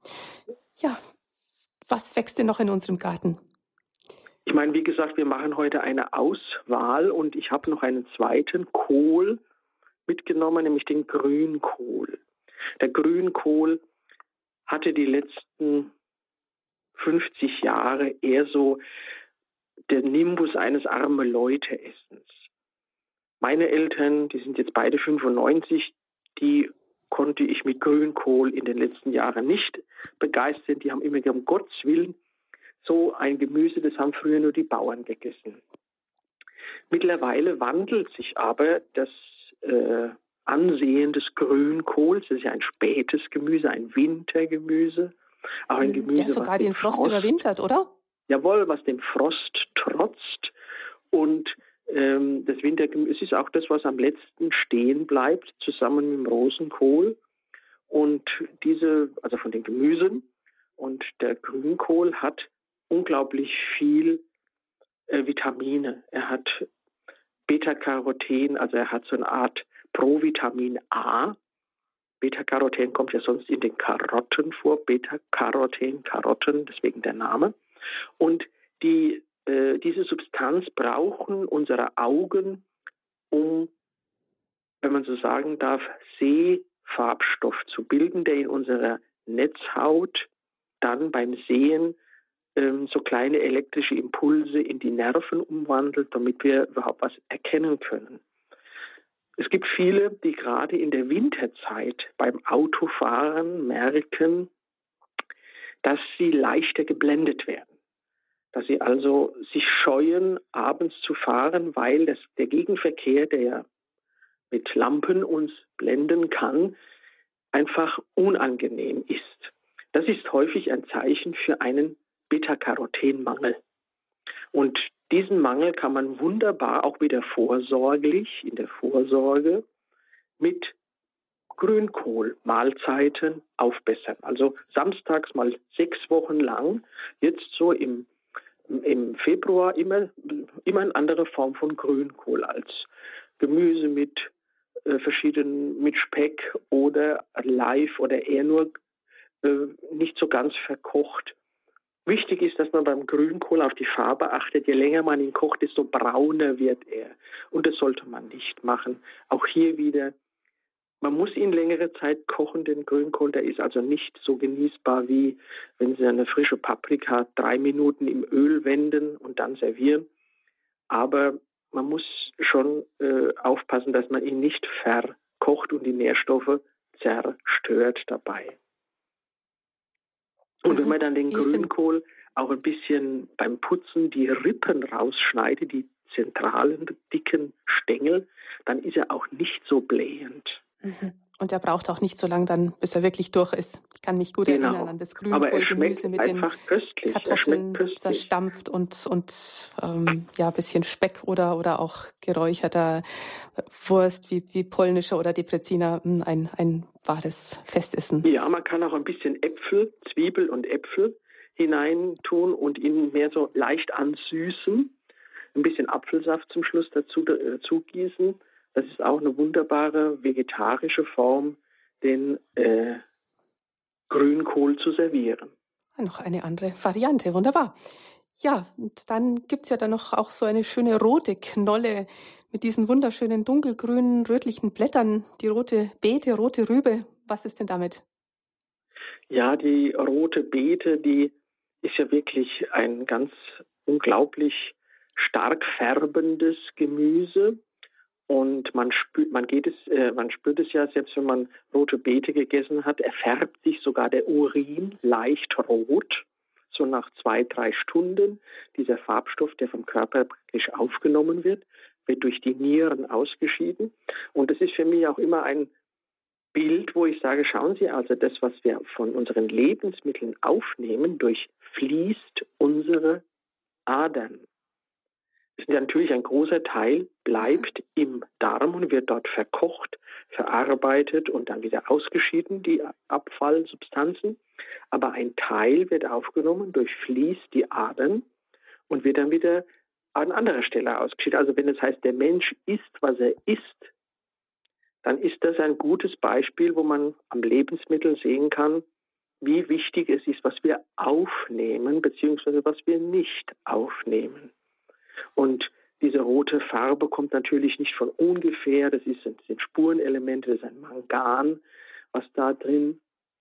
Ja, was wächst denn noch in unserem Garten? Ich meine, wie gesagt, wir machen heute eine Auswahl und ich habe noch einen zweiten Kohl mitgenommen, nämlich den Grünkohl. Der Grünkohl hatte die letzten fünfzig Jahre eher so den Nimbus eines armen Leute-Essens. Meine Eltern, die sind jetzt beide fünfundneunzig, die konnte ich mit Grünkohl in den letzten Jahren nicht begeistern. Die haben immer gesagt, um Gottes Willen, so ein Gemüse, das haben früher nur die Bauern gegessen. Mittlerweile wandelt sich aber das äh, Ansehen des Grünkohls. Das ist ja ein spätes Gemüse, ein Wintergemüse. Auch ein Gemüse, der sogar den Frost, Frost überwintert, oder? Jawohl, was dem Frost trotzt. Und ähm, das Wintergemüse ist auch das, was am letzten stehen bleibt, zusammen mit dem Rosenkohl. Und diese, also von den Gemüsen. Und der Grünkohl hat unglaublich viel äh, Vitamine. Er hat Beta-Caroten, also er hat so eine Art Provitamin A, Beta-Caroten kommt ja sonst in den Karotten vor, Beta-Caroten, Karotten, deswegen der Name. Und die, äh, diese Substanz brauchen unsere Augen, um, wenn man so sagen darf, Sehfarbstoff zu bilden, der in unserer Netzhaut dann beim Sehen ähm, so kleine elektrische Impulse in die Nerven umwandelt, damit wir überhaupt was erkennen können. Es gibt viele, die gerade in der Winterzeit beim Autofahren merken, dass sie leichter geblendet werden. Dass sie also sich scheuen, abends zu fahren, weil das, der Gegenverkehr, der ja mit Lampen uns blenden kann, einfach unangenehm ist. Das ist häufig ein Zeichen für einen Beta-Caroten-Mangel. Und diesen Mangel kann man wunderbar auch wieder vorsorglich, in der Vorsorge, mit Grünkohl-Mahlzeiten aufbessern. Also samstags mal sechs Wochen lang, jetzt so im, im Februar immer, immer eine andere Form von Grünkohl als Gemüse mit äh, verschiedenen, mit Speck oder live oder eher nur äh, nicht so ganz verkocht. Wichtig ist, dass man beim Grünkohl auf die Farbe achtet. Je länger man ihn kocht, desto brauner wird er. Und das sollte man nicht machen. Auch hier wieder, man muss ihn längere Zeit kochen, den Grünkohl. Der ist also nicht so genießbar, wie wenn Sie eine frische Paprika drei Minuten im Öl wenden und dann servieren. Aber man muss schon äh, aufpassen, dass man ihn nicht verkocht und die Nährstoffe zerstört dabei. Und wenn man dann den Grünkohl auch ein bisschen beim Putzen die Rippen rausschneidet, die zentralen, dicken Stängel, dann ist er auch nicht so blähend. Und er braucht auch nicht so lange dann, bis er wirklich durch ist. Ich kann mich gut genau. erinnern an das Grünkohlgemüse mit den köstlich. Kartoffeln zerstampft und, und ähm, ja, ein bisschen Speck oder, oder auch geräucherter Wurst wie, wie polnischer oder Depreziner. Ein, ein wahres Festessen. Ja, man kann auch ein bisschen Äpfel, Zwiebel und Äpfel hineintun und ihn mehr so leicht ansüßen. Ein bisschen Apfelsaft zum Schluss dazu äh, zugießen. Das ist auch eine wunderbare vegetarische Form, den äh, Grünkohl zu servieren. Noch eine andere Variante, wunderbar. Ja, und dann gibt es ja dann noch auch so eine schöne rote Knolle mit diesen wunderschönen dunkelgrünen, rötlichen Blättern, die rote Beete, rote Rübe. Was ist denn damit? Ja, die rote Beete, die ist ja wirklich ein ganz unglaublich stark färbendes Gemüse. Und man spürt, man geht es, äh, man spürt es ja, selbst wenn man rote Beete gegessen hat, erfärbt sich sogar der Urin leicht rot. So nach zwei, drei Stunden. Dieser Farbstoff, der vom Körper praktisch aufgenommen wird, wird durch die Nieren ausgeschieden. Und das ist für mich auch immer ein Bild, wo ich sage, schauen Sie, also das, was wir von unseren Lebensmitteln aufnehmen, durchfließt unsere Adern. Natürlich ein großer Teil bleibt im Darm und wird dort verkocht, verarbeitet und dann wieder ausgeschieden, die Abfallsubstanzen. Aber ein Teil wird aufgenommen, durchfließt die Adern und wird dann wieder an anderer Stelle ausgeschieden. Also wenn es heißt, der Mensch isst, was er isst, dann ist das ein gutes Beispiel, wo man am Lebensmittel sehen kann, wie wichtig es ist, was wir aufnehmen, beziehungsweise was wir nicht aufnehmen. Und diese rote Farbe kommt natürlich nicht von ungefähr, das, ist, das sind Spurenelemente, das ist ein Mangan, was da drin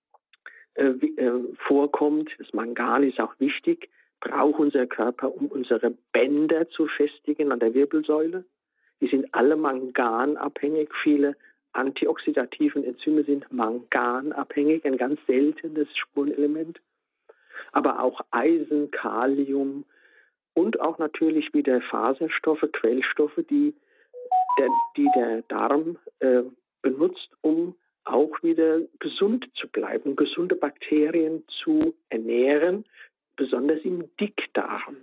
äh, äh, vorkommt. Das Mangan ist auch wichtig, braucht unser Körper, um unsere Bänder zu festigen an der Wirbelsäule. Die sind alle manganabhängig, viele antioxidativen Enzyme sind manganabhängig, ein ganz seltenes Spurenelement. Aber auch Eisen, Kalium, und auch natürlich wieder Faserstoffe, Quellstoffe, die der, die der Darm äh, benutzt, um auch wieder gesund zu bleiben, gesunde Bakterien zu ernähren, besonders im Dickdarm.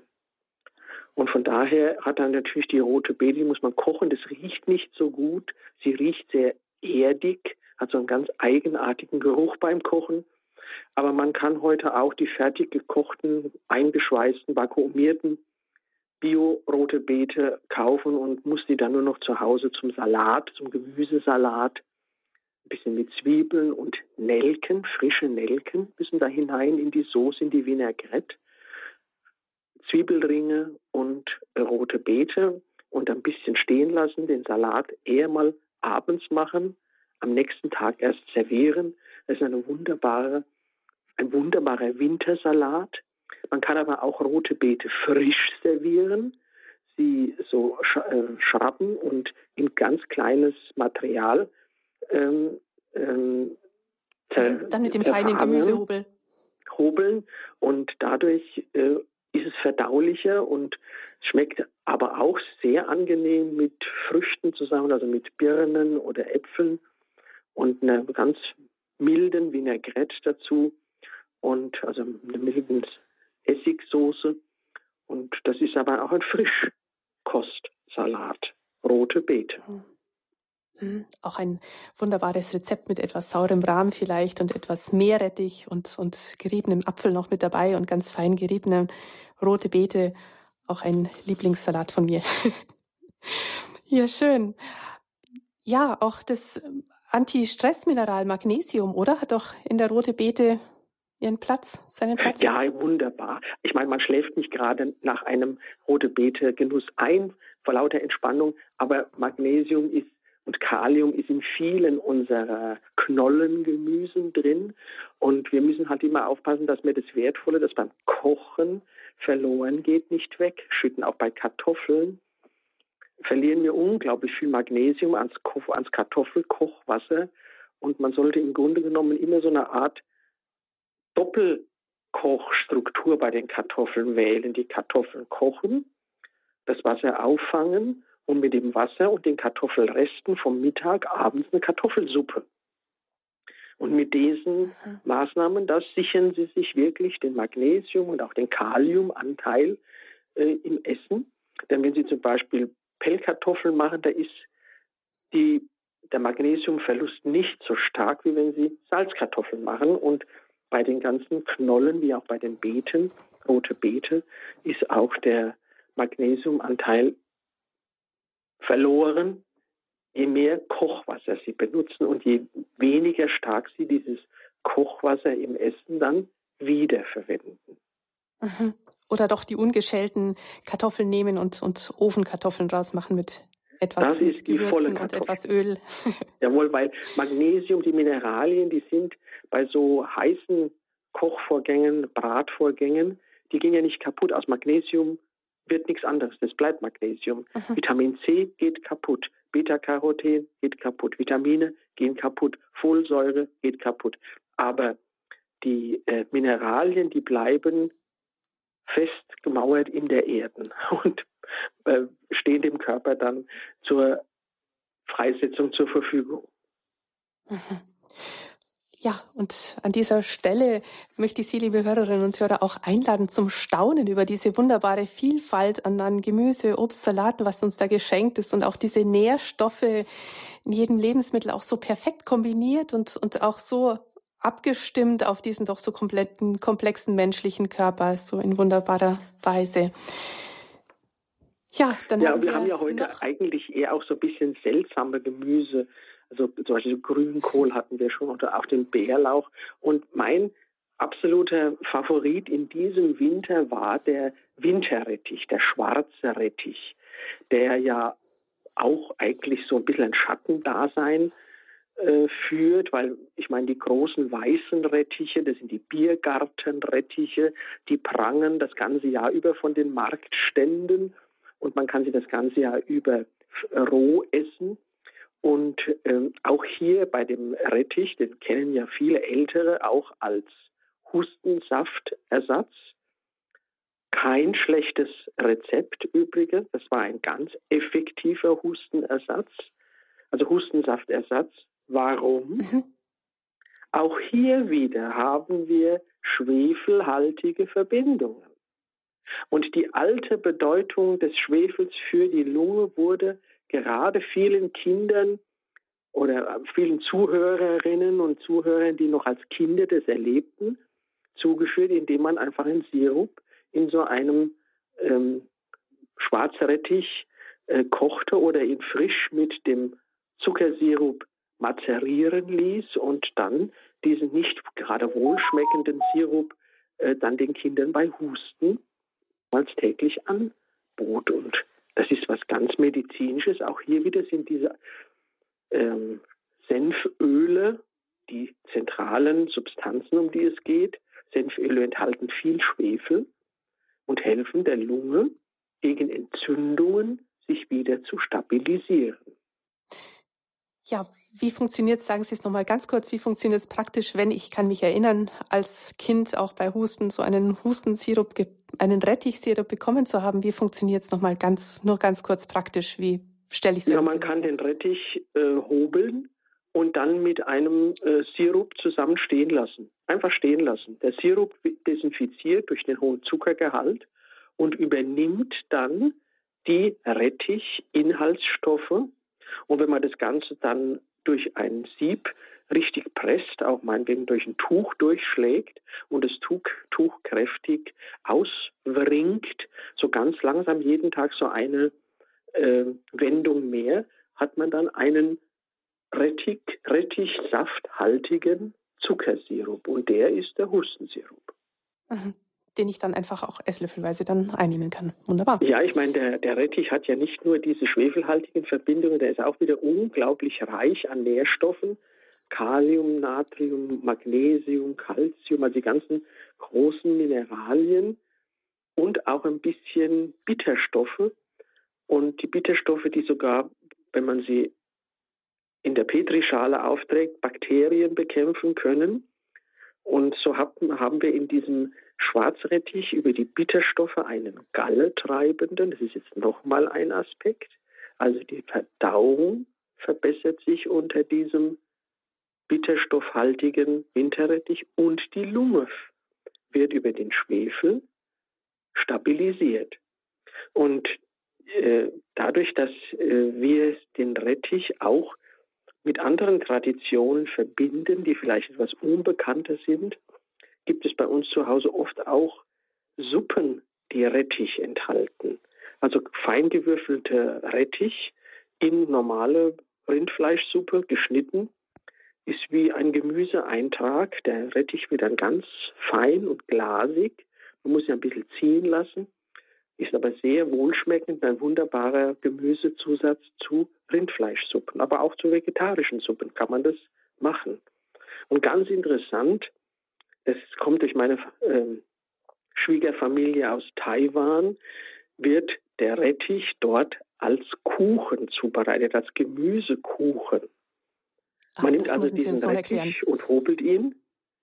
Und von daher hat dann natürlich die rote Beete, die muss man kochen, das riecht nicht so gut, sie riecht sehr erdig, hat so einen ganz eigenartigen Geruch beim Kochen. Aber man kann heute auch die fertig gekochten, eingeschweißten, vakuumierten Bio-rote Beete kaufen und muss die dann nur noch zu Hause zum Salat, zum Gemüsesalat ein bisschen mit Zwiebeln und Nelken, frische Nelken müssen da hinein in die Soße, in die Vinaigrette. Zwiebelringe und rote Beete und ein bisschen stehen lassen, den Salat eher mal abends machen, am nächsten Tag erst servieren. Das ist eine wunderbare, ein wunderbarer Wintersalat. Man kann aber auch rote Beete frisch servieren, sie so sch- äh, schrappen und in ganz kleines Material ähm, ähm, zer- Dann mit dem feinen zerfahren, Gemüsehobel. hobeln und dadurch äh, ist es verdaulicher und schmeckt aber auch sehr angenehm mit Früchten zusammen, also mit Birnen oder Äpfeln und einer ganz milden Vinaigrette dazu und also eine milden Essigsoße. Und das ist aber auch ein Frischkostsalat, rote Beete. Mhm. Auch ein wunderbares Rezept mit etwas saurem Rahm vielleicht und etwas Meerrettich und, und geriebenem Apfel noch mit dabei und ganz fein geriebenem rote Beete. Auch ein Lieblingssalat von mir. Ja, schön. Ja, auch das Anti-Stress-Mineral Magnesium, oder? Hat doch in der rote Beete ihren Platz, seinen Platz? Ja, wunderbar. Ich meine, man schläft nicht gerade nach einem rote Beete Genuss ein vor lauter Entspannung, aber Magnesium ist und Kalium ist in vielen unserer Knollengemüsen drin und wir müssen halt immer aufpassen, dass wir das Wertvolle, das beim Kochen verloren geht, nicht wegschütten. Auch bei Kartoffeln verlieren wir unglaublich viel Magnesium ans, ans Kartoffelkochwasser und man sollte im Grunde genommen immer so eine Art Doppelkochstruktur bei den Kartoffeln wählen. Die Kartoffeln kochen, das Wasser auffangen und mit dem Wasser und den Kartoffelresten vom Mittag abends eine Kartoffelsuppe. Und mit diesen mhm. Maßnahmen, das sichern Sie sich wirklich den Magnesium- und auch den Kaliumanteil äh, im Essen. Denn wenn Sie zum Beispiel Pellkartoffeln machen, da ist die, der Magnesiumverlust nicht so stark, wie wenn Sie Salzkartoffeln machen. Und bei den ganzen Knollen, wie auch bei den Beeten, rote Beete, ist auch der Magnesiumanteil verloren, je mehr Kochwasser Sie benutzen und je weniger stark Sie dieses Kochwasser im Essen dann wiederverwenden. Mhm. Oder doch die ungeschälten Kartoffeln nehmen und, und Ofenkartoffeln draus machen mit etwas das ist die Gewürzen volle und Kartoffel. etwas Öl. Jawohl, weil Magnesium, die Mineralien, die sind bei so heißen Kochvorgängen, Bratvorgängen, die gehen ja nicht kaputt. Aus Magnesium wird nichts anderes. Das bleibt Magnesium. Mhm. Vitamin C geht kaputt. Beta-Caroten geht kaputt. Vitamine gehen kaputt. Folsäure geht kaputt. Aber die äh, Mineralien, die bleiben fest gemauert in der Erde und äh, stehen dem Körper dann zur Freisetzung zur Verfügung. Mhm. Ja, und an dieser Stelle möchte ich Sie, liebe Hörerinnen und Hörer, auch einladen zum Staunen über diese wunderbare Vielfalt an, an Gemüse, Obst, Salaten, was uns da geschenkt ist und auch diese Nährstoffe in jedem Lebensmittel auch so perfekt kombiniert und, und auch so abgestimmt auf diesen doch so kompletten, komplexen menschlichen Körper, so in wunderbarer Weise. Ja, dann ja, haben wir wir haben ja heute noch eigentlich eher auch so ein bisschen seltsame Gemüse. Also zum Beispiel Grünkohl hatten wir schon oder auch den Bärlauch. Und mein absoluter Favorit in diesem Winter war der Winterrettich, der schwarze Rettich, der ja auch eigentlich so ein bisschen ein Schattendasein äh, führt, weil ich meine, die großen weißen Rettiche, das sind die Biergartenrettiche, die prangen das ganze Jahr über von den Marktständen und man kann sie das ganze Jahr über roh essen. Und ähm, auch hier bei dem Rettich, den kennen ja viele Ältere auch als Hustensaftersatz. Kein schlechtes Rezept übrigens, das war ein ganz effektiver Hustenersatz, also Hustensaftersatz. Warum? Mhm. Auch hier wieder haben wir schwefelhaltige Verbindungen. Und die alte Bedeutung des Schwefels für die Lunge wurde gerade vielen Kindern oder vielen Zuhörerinnen und Zuhörern, die noch als Kinder das erlebten, zugeführt, indem man einfach einen Sirup in so einem ähm, Schwarzrettich äh, kochte oder ihn frisch mit dem Zuckersirup mazerieren ließ und dann diesen nicht gerade wohlschmeckenden Sirup äh, dann den Kindern bei Husten als täglich anbot. Und das ist was ganz Medizinisches. Auch hier wieder sind diese ähm, Senföle die zentralen Substanzen, um die es geht. Senföle enthalten viel Schwefel und helfen der Lunge gegen Entzündungen sich wieder zu stabilisieren. Ja, wie funktioniert es, sagen Sie es nochmal ganz kurz, wie funktioniert es praktisch, wenn ich kann mich erinnern, als Kind auch bei Husten so einen Hustensirup, einen Rettichsirup bekommen zu haben. Wie funktioniert es nochmal ganz, nur ganz kurz praktisch? Wie stelle ich so Ja, man kann den Rettich äh, hobeln und dann mit einem äh, Sirup zusammen stehen lassen. Einfach stehen lassen. Der Sirup desinfiziert durch den hohen Zuckergehalt und übernimmt dann die Rettich-Inhaltsstoffe. Und wenn man das Ganze dann durch ein Sieb richtig presst, auch meinetwegen durch ein Tuch durchschlägt und das Tuch, Tuch kräftig auswringt, so ganz langsam jeden Tag so eine äh, Wendung mehr, hat man dann einen Rettich, Rettichsafthaltigen Zuckersirup. Und der ist der Hustensirup. Mhm. Den ich dann einfach auch esslöffelweise dann einnehmen kann. Wunderbar. Ja, ich meine, der, der Rettich hat ja nicht nur diese schwefelhaltigen Verbindungen, der ist auch wieder unglaublich reich an Nährstoffen. Kalium, Natrium, Magnesium, Calcium, also die ganzen großen Mineralien und auch ein bisschen Bitterstoffe. Und die Bitterstoffe, die sogar, wenn man sie in der Petrischale aufträgt, Bakterien bekämpfen können. Und so haben wir in diesem Schwarzrettich über die Bitterstoffe einen galletreibenden, das ist jetzt nochmal ein Aspekt, also die Verdauung verbessert sich unter diesem bitterstoffhaltigen Winterrettich und die Lunge wird über den Schwefel stabilisiert. Und äh, dadurch, dass äh, wir den Rettich auch mit anderen Traditionen verbinden, die vielleicht etwas unbekannter sind, gibt es bei uns zu Hause oft auch Suppen, die Rettich enthalten. Also fein gewürfelter Rettich in normale Rindfleischsuppe geschnitten, ist wie ein Gemüseeintrag. Der Rettich wird dann ganz fein und glasig. Man muss ihn ein bisschen ziehen lassen, ist aber sehr wohlschmeckend, ein wunderbarer Gemüsezusatz zu Rindfleischsuppen, aber auch zu vegetarischen Suppen kann man das machen. Und ganz interessant, das kommt durch meine äh, Schwiegerfamilie aus Taiwan, wird der Rettich dort als Kuchen zubereitet, als Gemüsekuchen. Ach, Man nimmt also diesen so Rettich erklären. und hobelt ihn.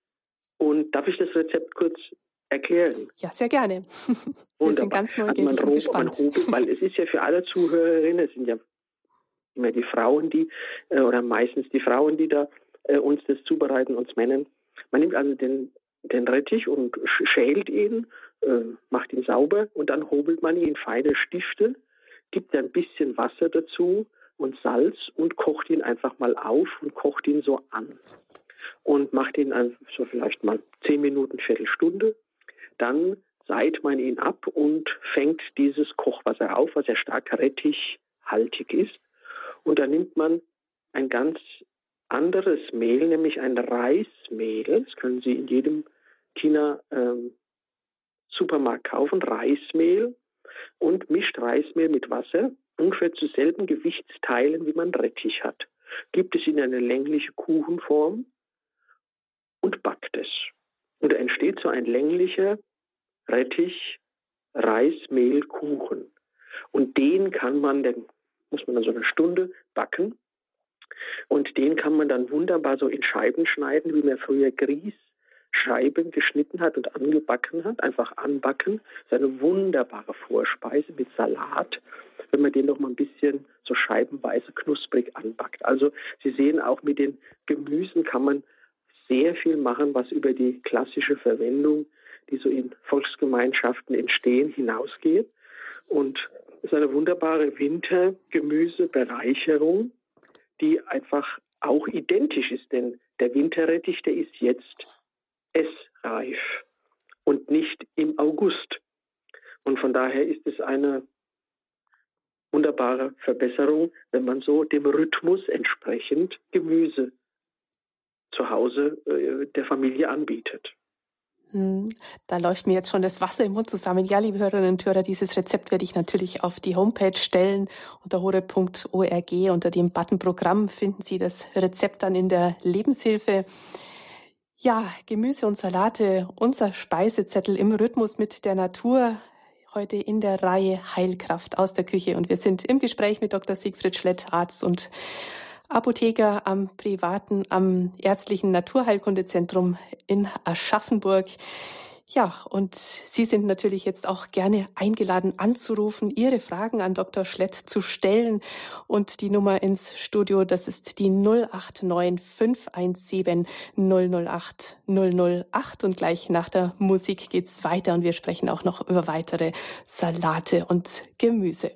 Und darf ich das Rezept kurz erklären? Ja, sehr gerne. Wir Wunderbar. sind ganz neugierig also man, und rob, gespannt. man hobelt, weil es ist ja für alle Zuhörerinnen, es sind ja immer die Frauen, die, äh, oder meistens die Frauen, die da äh, uns das zubereiten, uns Männern. Man nimmt also den, den Rettich und schält ihn, äh, macht ihn sauber und dann hobelt man ihn in feine Stifte, gibt ein bisschen Wasser dazu und Salz und kocht ihn einfach mal auf und kocht ihn so an. Und macht ihn also so vielleicht mal zehn Minuten, Viertelstunde. Dann seit man ihn ab und fängt dieses Kochwasser auf, was ja stark rettichhaltig ist. Und dann nimmt man ein ganz anderes Mehl, nämlich ein Reismehl. Das können Sie in jedem China ähm, Supermarkt kaufen, Reismehl. Und mischt Reismehl mit Wasser, ungefähr zu selben Gewichtsteilen, wie man Rettich hat. Gibt es in eine längliche Kuchenform und backt es. Und da entsteht so ein länglicher Rettich-Reismehlkuchen. Und den kann man, den muss man dann so eine Stunde backen. Und den kann man dann wunderbar so in Scheiben schneiden, wie man früher Grießscheiben geschnitten hat und angebacken hat. Einfach anbacken. Das ist eine wunderbare Vorspeise mit Salat, wenn man den noch mal ein bisschen so scheibenweise knusprig anbackt. Also Sie sehen, auch mit den Gemüsen kann man sehr viel machen, was über die klassische Verwendung, die so in Volksgemeinschaften entstehen, hinausgeht. Und es ist eine wunderbare Wintergemüsebereicherung, die einfach auch identisch ist. Denn der Winterrettich, der ist jetzt essreif und nicht im August. Und von daher ist es eine wunderbare Verbesserung, wenn man so dem Rhythmus entsprechend Gemüse zu Hause äh, der Familie anbietet. Hm, Da läuft mir jetzt schon das Wasser im Mund zusammen. Ja, liebe Hörerinnen und Hörer, dieses Rezept werde ich natürlich auf die Homepage stellen. Unter horeb punkt org unter dem Button Programm finden Sie das Rezept dann in der Lebenshilfe. Ja, Gemüse und Salate, unser Speisezettel im Rhythmus mit der Natur. Heute in der Reihe Heilkraft aus der Küche. Und wir sind im Gespräch mit Doktor Siegfried Schlett, Arzt und Apotheker am privaten, am ärztlichen Naturheilkundezentrum in Aschaffenburg. Ja, und Sie sind natürlich jetzt auch gerne eingeladen anzurufen, Ihre Fragen an Doktor Schlett zu stellen. Und die Nummer ins Studio, das ist die null acht neun fünf eins sieben null null acht null null acht. Und gleich nach der Musik geht's weiter und wir sprechen auch noch über weitere Salate und Gemüse.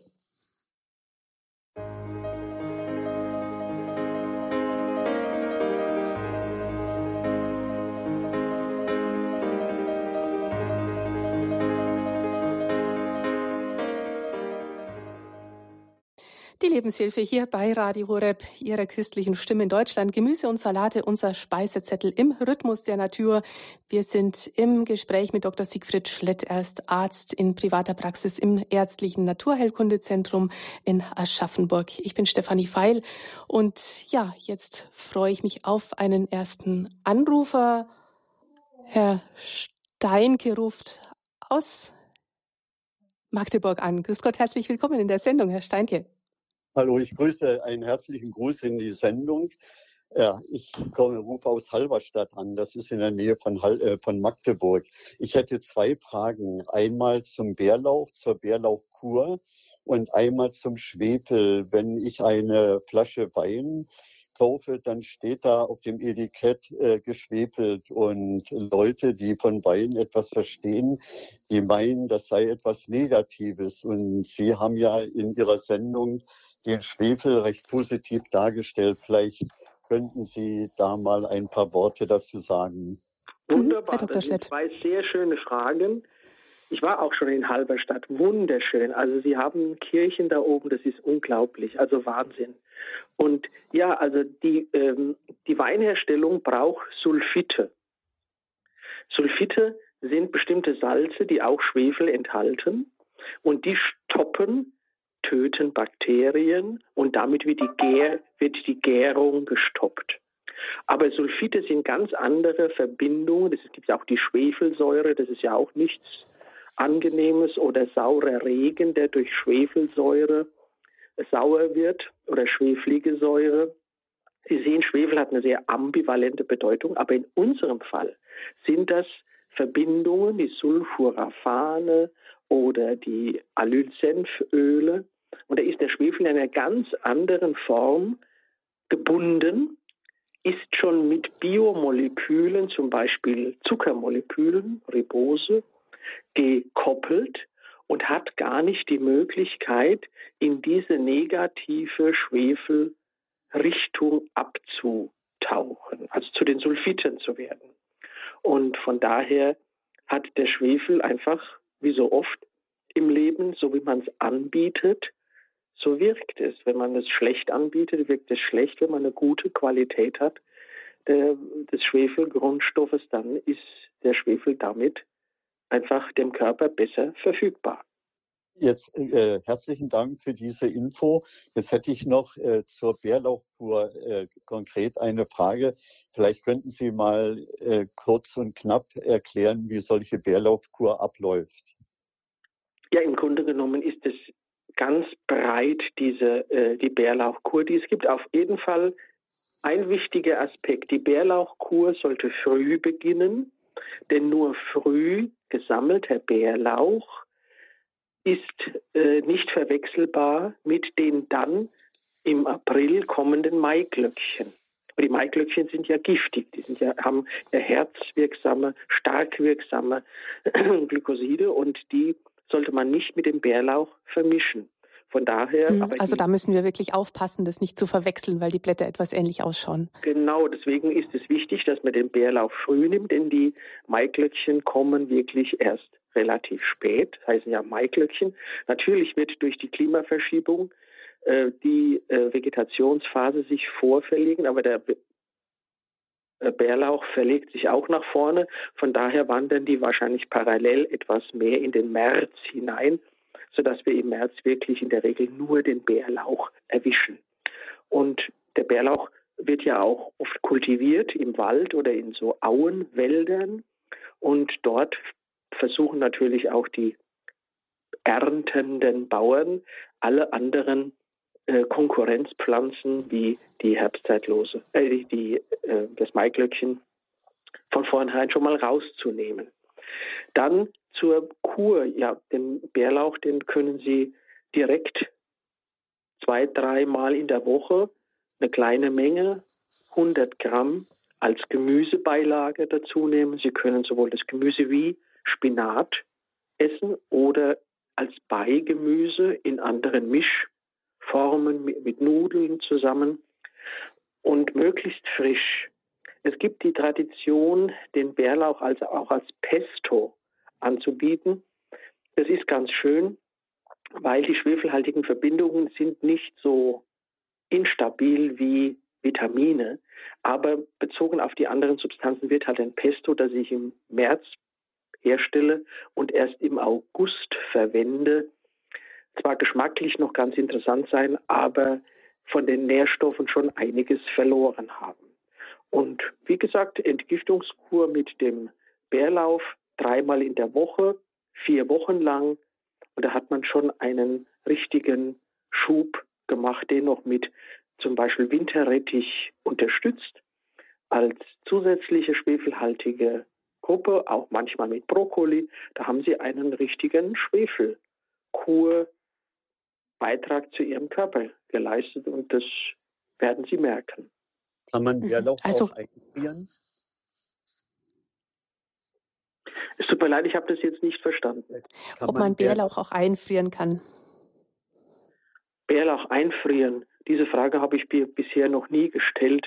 Die Lebenshilfe hier bei Radio Horeb, Ihrer christlichen Stimme in Deutschland. Gemüse und Salate, unser Speisezettel im Rhythmus der Natur. Wir sind im Gespräch mit Doktor Siegfried Schlett. Er ist Arzt in privater Praxis im ärztlichen Naturheilkundezentrum in Aschaffenburg. Ich bin Stefanie Feil und ja, jetzt freue ich mich auf einen ersten Anrufer. Herr Steinke ruft aus Magdeburg an. Grüß Gott, herzlich willkommen in der Sendung, Herr Steinke. Hallo, ich grüße, einen herzlichen Gruß in die Sendung. Ja, ich komme, rufe aus Halberstadt an, das ist in der Nähe von, äh, von Magdeburg. Ich hätte zwei Fragen, einmal zum Bärlauch, zur Bärlauchkur und einmal zum Schwefel. Wenn ich eine Flasche Wein kaufe, dann steht da auf dem Etikett äh, geschwefelt und Leute, die von Wein etwas verstehen, die meinen, das sei etwas Negatives und Sie haben ja in Ihrer Sendung den Schwefel recht positiv dargestellt. Vielleicht könnten Sie da mal ein paar Worte dazu sagen. Wunderbar, das sind zwei sehr schöne Fragen. Ich war auch schon in Halberstadt, wunderschön. Also Sie haben Kirchen da oben, das ist unglaublich, also Wahnsinn. Und ja, also die, ähm, die Weinherstellung braucht Sulfite. Sulfite sind bestimmte Salze, die auch Schwefel enthalten und die stoppen, töten Bakterien und damit wird die, Gär, wird die Gärung gestoppt. Aber Sulfite sind ganz andere Verbindungen. Es gibt auch die Schwefelsäure, das ist ja auch nichts Angenehmes, oder saurer Regen, der durch Schwefelsäure sauer wird, oder schweflige Säure. Sie sehen, Schwefel hat eine sehr ambivalente Bedeutung, aber in unserem Fall sind das Verbindungen, die Sulforaphane oder die Allyl-Senföle. Und da ist der Schwefel in einer ganz anderen Form gebunden, ist schon mit Biomolekülen, zum Beispiel Zuckermolekülen, Ribose, gekoppelt und hat gar nicht die Möglichkeit, in diese negative Schwefelrichtung abzutauchen, also zu den Sulfiten zu werden. Und von daher hat der Schwefel einfach, wie so oft im Leben, so wie man es anbietet, so wirkt es. Wenn man es schlecht anbietet, wirkt es schlecht. Wenn man eine gute Qualität hat der, des Schwefelgrundstoffes, dann ist der Schwefel damit einfach dem Körper besser verfügbar. Jetzt äh, herzlichen Dank für diese Info. Jetzt hätte ich noch äh, zur Bärlauchkur äh, konkret eine Frage. Vielleicht könnten Sie mal äh, kurz und knapp erklären, wie solche Bärlauchkur abläuft. Ja, im Grunde genommen ist es ganz breit, diese, äh, die Bärlauchkur, die es gibt. Auf jeden Fall ein wichtiger Aspekt. Die Bärlauchkur sollte früh beginnen, denn nur früh gesammelter Bärlauch ist äh, nicht verwechselbar mit den dann im April kommenden Maiglöckchen. Aber die Maiglöckchen sind ja giftig, die sind ja, haben ja herzwirksame, stark wirksame Glykoside und die sollte man nicht mit dem Bärlauch vermischen. Von daher, hm, aber also die, da müssen wir wirklich aufpassen, das nicht zu verwechseln, weil die Blätter etwas ähnlich ausschauen. Genau, deswegen ist es wichtig, dass man den Bärlauch früh nimmt, denn die Maiglöckchen kommen wirklich erst relativ spät, das heißen ja Maiglöckchen. Natürlich wird durch die Klimaverschiebung äh, die äh, Vegetationsphase sich vorverlegen, aber der Bärlauch verlegt sich auch nach vorne. Von daher wandern die wahrscheinlich parallel etwas mehr in den März hinein, sodass wir im März wirklich in der Regel nur den Bärlauch erwischen. Und der Bärlauch wird ja auch oft kultiviert im Wald oder in so Auenwäldern. Und dort versuchen natürlich auch die erntenden Bauern alle anderen äh, Konkurrenzpflanzen wie die Herbstzeitlose, äh, die, äh, das Maiglöckchen von vornherein schon mal rauszunehmen. Dann zur Kur. Ja, den Bärlauch, den können Sie direkt zwei, dreimal in der Woche eine kleine Menge, hundert Gramm, als Gemüsebeilage dazu nehmen. Sie können sowohl das Gemüse wie Spinat essen oder als Beigemüse in anderen Mischformen mit, mit Nudeln zusammen und möglichst frisch. Es gibt die Tradition, den Bärlauch also auch als Pesto anzubieten. Das ist ganz schön, weil die schwefelhaltigen Verbindungen sind nicht so instabil wie Vitamine, aber bezogen auf die anderen Substanzen wird halt ein Pesto, das ich im März herstelle und erst im August verwende, zwar geschmacklich noch ganz interessant sein, aber von den Nährstoffen schon einiges verloren haben. Und wie gesagt, Entgiftungskur mit dem Bärlauch dreimal in der Woche, vier Wochen lang. Und da hat man schon einen richtigen Schub gemacht, den noch mit zum Beispiel Winterrettich unterstützt, als zusätzliche schwefelhaltige Gruppe, auch manchmal mit Brokkoli. Da haben Sie einen richtigen Schwefelkurbeitrag zu Ihrem Körper geleistet und das werden Sie merken. Kann man Bärlauch also, auch einfrieren? Es tut mir leid, ich habe das jetzt nicht verstanden. Kann ob man, man Bärlauch auch einfrieren kann? Bärlauch einfrieren, diese Frage habe ich mir bisher noch nie gestellt.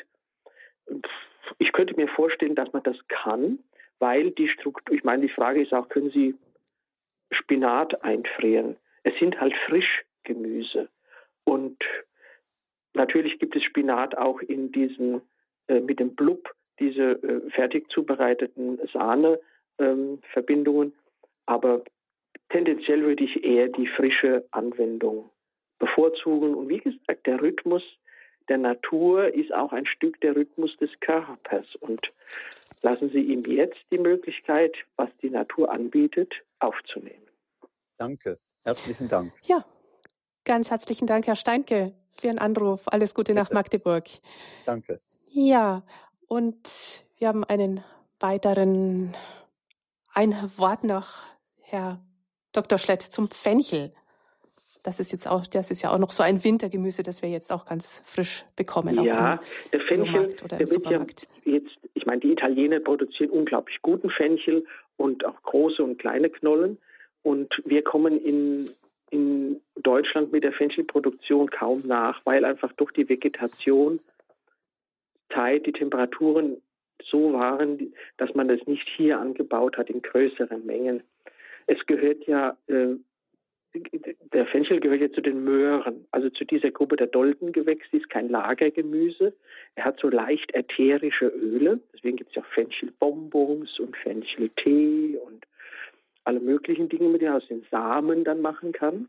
Ich könnte mir vorstellen, dass man das kann, weil die Struktur, ich meine, die Frage ist auch, können Sie Spinat einfrieren? Es sind halt Frischgemüse. Und natürlich gibt es Spinat auch in diesen, äh, mit dem Blub, diese äh, fertig zubereiteten Sahne-Verbindungen. Ähm, Aber tendenziell würde ich eher die frische Anwendung bevorzugen. Und wie gesagt, der Rhythmus der Natur ist auch ein Stück der Rhythmus des Körpers. Und lassen Sie ihm jetzt die Möglichkeit, was die Natur anbietet, aufzunehmen. Danke, herzlichen Dank. Ja, ganz herzlichen Dank, Herr Steinke, für Ihren Anruf. Alles Gute nach Magdeburg. Danke. Ja, und wir haben einen weiteren, ein Wort noch, Herr Doktor Schlett, zum Fenchel. Das ist jetzt auch, das ist ja auch noch so ein Wintergemüse, das wir jetzt auch ganz frisch bekommen. Ja, der Fenchel, oder der wird ja jetzt, ich meine, die Italiener produzieren unglaublich guten Fenchel und auch große und kleine Knollen. Und wir kommen in, in Deutschland mit der Fenchelproduktion kaum nach, weil einfach durch die Vegetation Zeit, die Temperaturen so waren, dass man das nicht hier angebaut hat in größeren Mengen. Es gehört ja, äh, der Fenchel gehört ja zu den Möhren, also zu dieser Gruppe der Doldengewächse, ist kein Lagergemüse. Er hat so leicht ätherische Öle, deswegen gibt es ja auch Fenchelbonbons und Fencheltee und alle möglichen Dinge, mit denen man aus den Samen dann machen kann.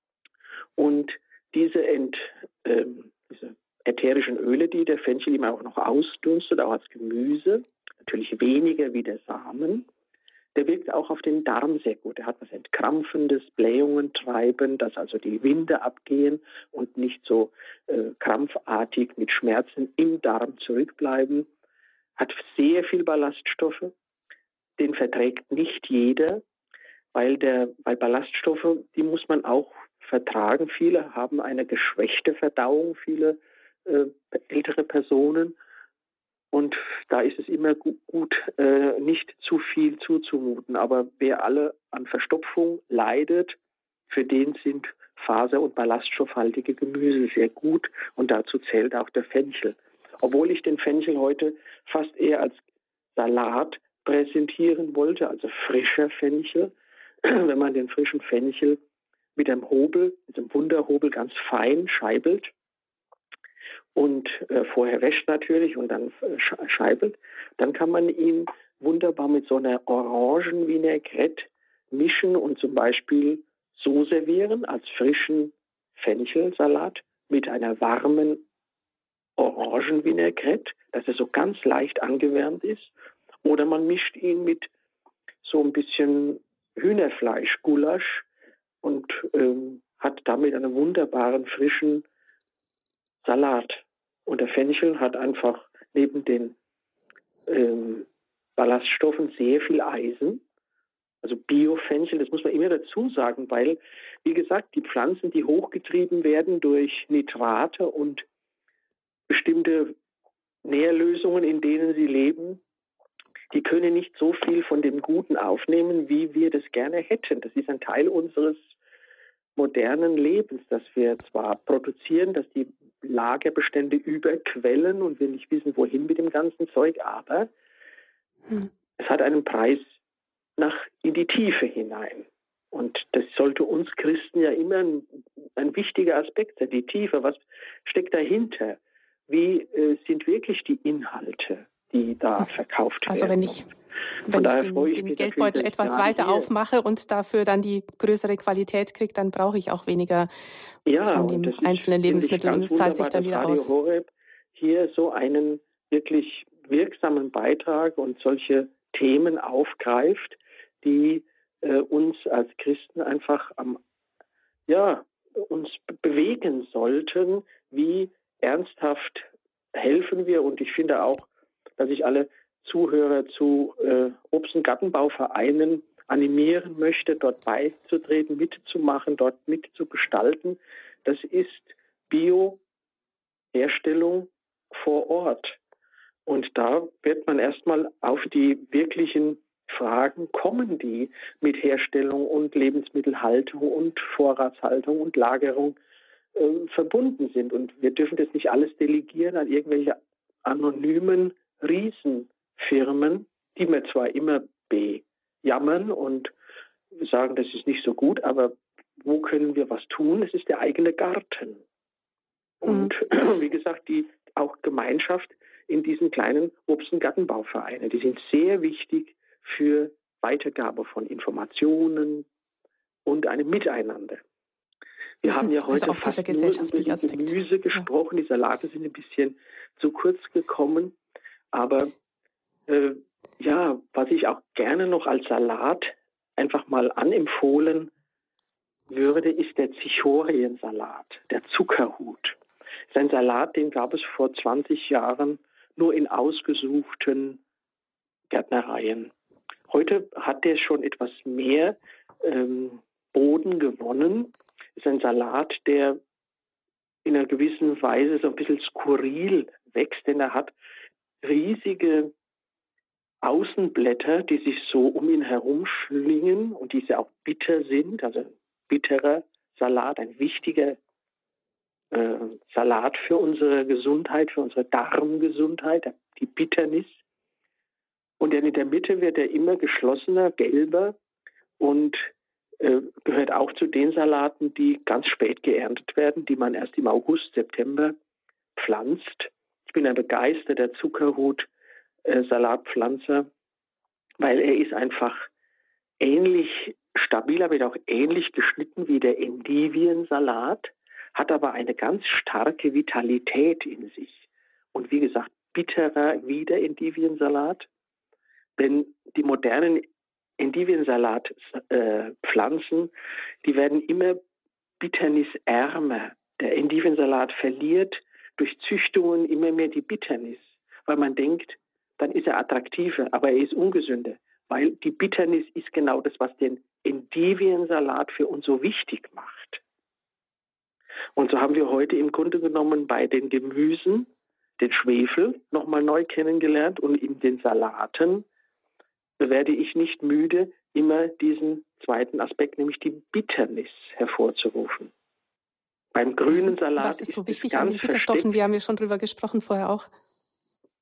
Und diese, Ent, äh, diese ätherischen Öle, die der Fenchel immer auch noch ausdunstet, auch als Gemüse, natürlich weniger wie der Samen, der wirkt auch auf den Darm sehr gut. Er hat was Entkrampfendes, Blähungen treiben, dass also die Winde abgehen und nicht so äh, krampfartig mit Schmerzen im Darm zurückbleiben. Hat sehr viel Ballaststoffe. Den verträgt nicht jeder, weil, der, weil Ballaststoffe, die muss man auch vertragen. Viele haben eine geschwächte Verdauung, viele äh, ältere Personen. Und da ist es immer gut, gut äh, nicht zu viel zuzumuten. Aber wer alle an Verstopfung leidet, für den sind faser- und ballaststoffhaltige Gemüse sehr gut. Und dazu zählt auch der Fenchel. Obwohl ich den Fenchel heute fast eher als Salat präsentieren wollte, also frischer Fenchel, wenn man den frischen Fenchel mit einem Hobel, mit einem Wunderhobel ganz fein scheibelt und äh, vorher wäscht natürlich und dann äh, scheibelt, dann kann man ihn wunderbar mit so einer Orangenvinaigrette mischen und zum Beispiel so servieren als frischen Fenchelsalat mit einer warmen Orangenvinaigrette, dass er so ganz leicht angewärmt ist. Oder man mischt ihn mit so ein bisschen Hühnerfleisch, Gulasch und ähm, hat damit einen wunderbaren, frischen Salat. Und der Fenchel hat einfach neben den ähm, Ballaststoffen sehr viel Eisen. Also Bio-Fenchel, das muss man immer dazu sagen, weil, wie gesagt, die Pflanzen, die hochgetrieben werden durch Nitrate und bestimmte Nährlösungen, in denen sie leben, die können nicht so viel von dem Guten aufnehmen, wie wir das gerne hätten. Das ist ein Teil unseres modernen Lebens, dass wir zwar produzieren, dass die Lagerbestände überquellen und wir nicht wissen, wohin mit dem ganzen Zeug, aber hm. es hat einen Preis nach in die Tiefe hinein. Und das sollte uns Christen ja immer ein, ein wichtiger Aspekt sein, die Tiefe. Was steckt dahinter? Wie äh, sind wirklich die Inhalte, die da verkauft also werden? Also wenn ich, wenn ich den, den Geldbeutel etwas weiter hier aufmache und dafür dann die größere Qualität kriege, dann brauche ich auch weniger ja, von dem und einzelnen Lebensmittel und es zahlt sich dann wieder Radio aus. Horeb hier so einen wirklich wirksamen Beitrag und solche Themen aufgreift, die äh, uns als Christen einfach am, ja, uns bewegen sollten, wie ernsthaft helfen wir. Und ich finde auch, dass ich alle Zuhörer zu äh, Obst- und Gartenbauvereinen animieren möchte, dort beizutreten, mitzumachen, dort mitzugestalten. Das ist Bio-Herstellung vor Ort. Und da wird man erstmal auf die wirklichen Fragen kommen, die mit Herstellung und Lebensmittelhaltung und Vorratshaltung und Lagerung äh, verbunden sind. Und wir dürfen das nicht alles delegieren an irgendwelche anonymen Riesenfirmen, die mir zwar immer bejammern und sagen, das ist nicht so gut, aber wo können wir was tun? Es ist der eigene Garten. Und mhm. wie gesagt, die auch Gemeinschaft in diesen kleinen Obst- und Gartenbauvereinen, die sind sehr wichtig für Weitergabe von Informationen und einem Miteinander. Wir mhm. haben ja heute also auch fast dieser gesellschaftliche nur über Gemüse gesprochen. Ja. Die Salate sind ein bisschen zu kurz gekommen. Aber äh, ja, was ich auch gerne noch als Salat einfach mal anempfohlen würde, ist der Zichoriensalat, der Zuckerhut. Das ist ein Salat, den gab es vor zwanzig Jahren nur in ausgesuchten Gärtnereien. Heute hat der schon etwas mehr ähm, Boden gewonnen. Ist ein Salat, der in einer gewissen Weise so ein bisschen skurril wächst, denn er hat riesige Außenblätter, die sich so um ihn herum schlingen und die sehr auch bitter sind, also bitterer Salat, ein wichtiger äh, Salat für unsere Gesundheit, für unsere Darmgesundheit, die Bitternis. Und dann in der Mitte wird er immer geschlossener, gelber und äh, gehört auch zu den Salaten, die ganz spät geerntet werden, die man erst im August, September pflanzt. Ich bin ein begeisterter Zuckerhut-Salatpflanzer, weil er ist einfach ähnlich stabil, aber auch ähnlich geschnitten wie der Endiviensalat, hat aber eine ganz starke Vitalität in sich. Und wie gesagt, bitterer wie der Endiviensalat. Denn die modernen Endiviensalat-Pflanzen, äh, die werden immer bitternisärmer. Der Endiviensalat verliert durch Züchtungen immer mehr die Bitternis, weil man denkt, dann ist er attraktiver, aber er ist ungesünder, weil die Bitternis ist genau das, was den Endiviensalat für uns so wichtig macht. Und so haben wir heute im Grunde genommen bei den Gemüsen den Schwefel nochmal neu kennengelernt und in den Salaten werde ich nicht müde, immer diesen zweiten Aspekt, nämlich die Bitternis hervorzurufen. Beim grünen Salat Was ist, ist so wichtig ganz an den Bitterstoffen? Wir haben ja schon drüber gesprochen vorher auch.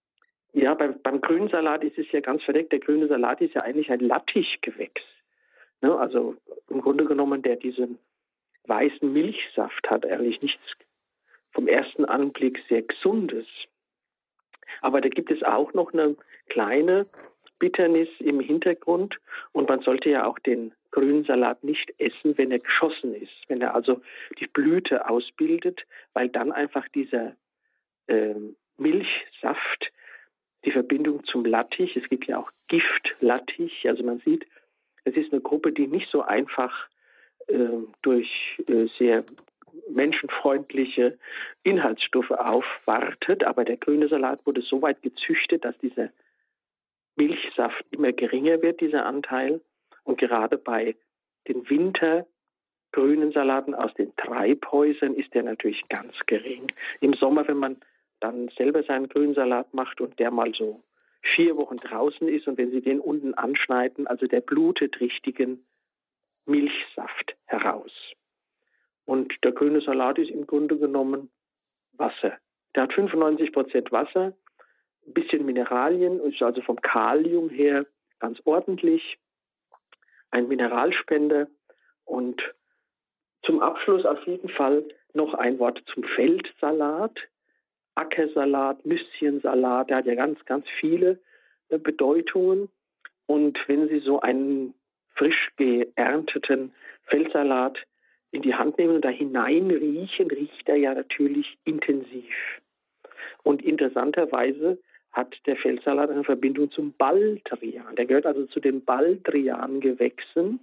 Ja, beim, beim grünen Salat ist es ja ganz verdeckt. Der grüne Salat ist ja eigentlich ein Lattichgewächs. Ne? Also im Grunde genommen, der diesen weißen Milchsaft hat, eigentlich nichts vom ersten Anblick sehr Gesundes. Aber da gibt es auch noch eine kleine Bitternis im Hintergrund und man sollte ja auch den grünen Salat nicht essen, wenn er geschossen ist, wenn er also die Blüte ausbildet, weil dann einfach dieser äh, Milchsaft, die Verbindung zum Lattich, es gibt ja auch Giftlattich, also man sieht, es ist eine Gruppe, die nicht so einfach äh, durch äh, sehr menschenfreundliche Inhaltsstoffe aufwartet, aber der grüne Salat wurde so weit gezüchtet, dass dieser Milchsaft immer geringer wird, dieser Anteil. Und gerade bei den wintergrünen Salaten aus den Treibhäusern ist der natürlich ganz gering. Im Sommer, wenn man dann selber seinen grünen Salat macht und der mal so vier Wochen draußen ist und wenn Sie den unten anschneiden, also der blutet richtigen Milchsaft heraus. Und der grüne Salat ist im Grunde genommen Wasser. Der hat fünfundneunzig Prozent Wasser, ein bisschen Mineralien, ist also vom Kalium her ganz ordentlich, ein Mineralspender. Und zum Abschluss auf jeden Fall noch ein Wort zum Feldsalat, Ackersalat, Nüsschensalat, der hat ja ganz, ganz viele äh, Bedeutungen. Und wenn Sie so einen frisch geernteten Feldsalat in die Hand nehmen und da hinein riechen, riecht er ja natürlich intensiv. Und interessanterweise hat der Feldsalat eine Verbindung zum Baldrian. Der gehört also zu den Baldrian-Gewächsen,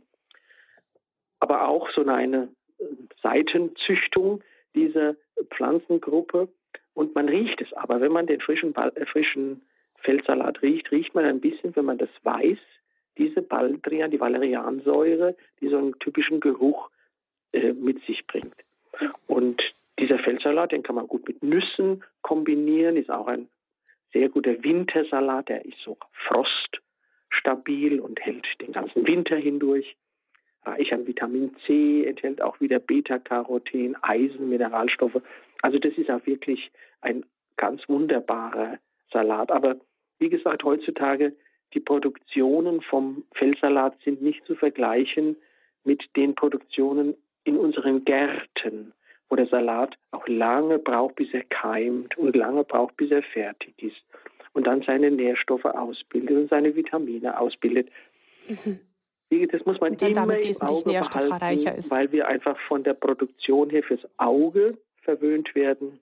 aber auch so eine Seitenzüchtung dieser Pflanzengruppe. Und man riecht es aber, wenn man den frischen, äh, frischen Feldsalat riecht, riecht man ein bisschen, wenn man das weiß, diese Baldrian, die Valeriansäure, die so einen typischen Geruch äh, mit sich bringt. Und dieser Feldsalat, den kann man gut mit Nüssen kombinieren, ist auch ein sehr guter Wintersalat, der ist so froststabil und hält den ganzen Winter hindurch. Reich an Vitamin C, enthält auch wieder Beta-Caroten, Eisen, Mineralstoffe. Also das ist auch wirklich ein ganz wunderbarer Salat. Aber wie gesagt, heutzutage die Produktionen vom Feldsalat sind nicht zu vergleichen mit den Produktionen in unseren Gärten, wo der Salat auch lange braucht, bis er keimt und lange braucht, bis er fertig ist und dann seine Nährstoffe ausbildet und seine Vitamine ausbildet. Mhm. Das muss man immer im Auge behalten, ist. Weil wir einfach von der Produktion her fürs Auge verwöhnt werden.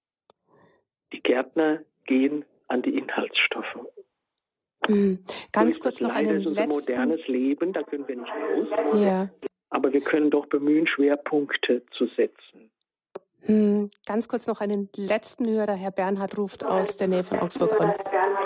Die Gärtner gehen an die Inhaltsstoffe. Mhm. Ganz so kurz noch einen letzten... Das ist unser modernes Leben, da können wir nicht raus. Ja. Aber wir können doch bemühen, Schwerpunkte zu setzen. Mhm. Ganz kurz noch einen letzten Hörer. Herr Bernhard ruft aus der Nähe von Augsburg an.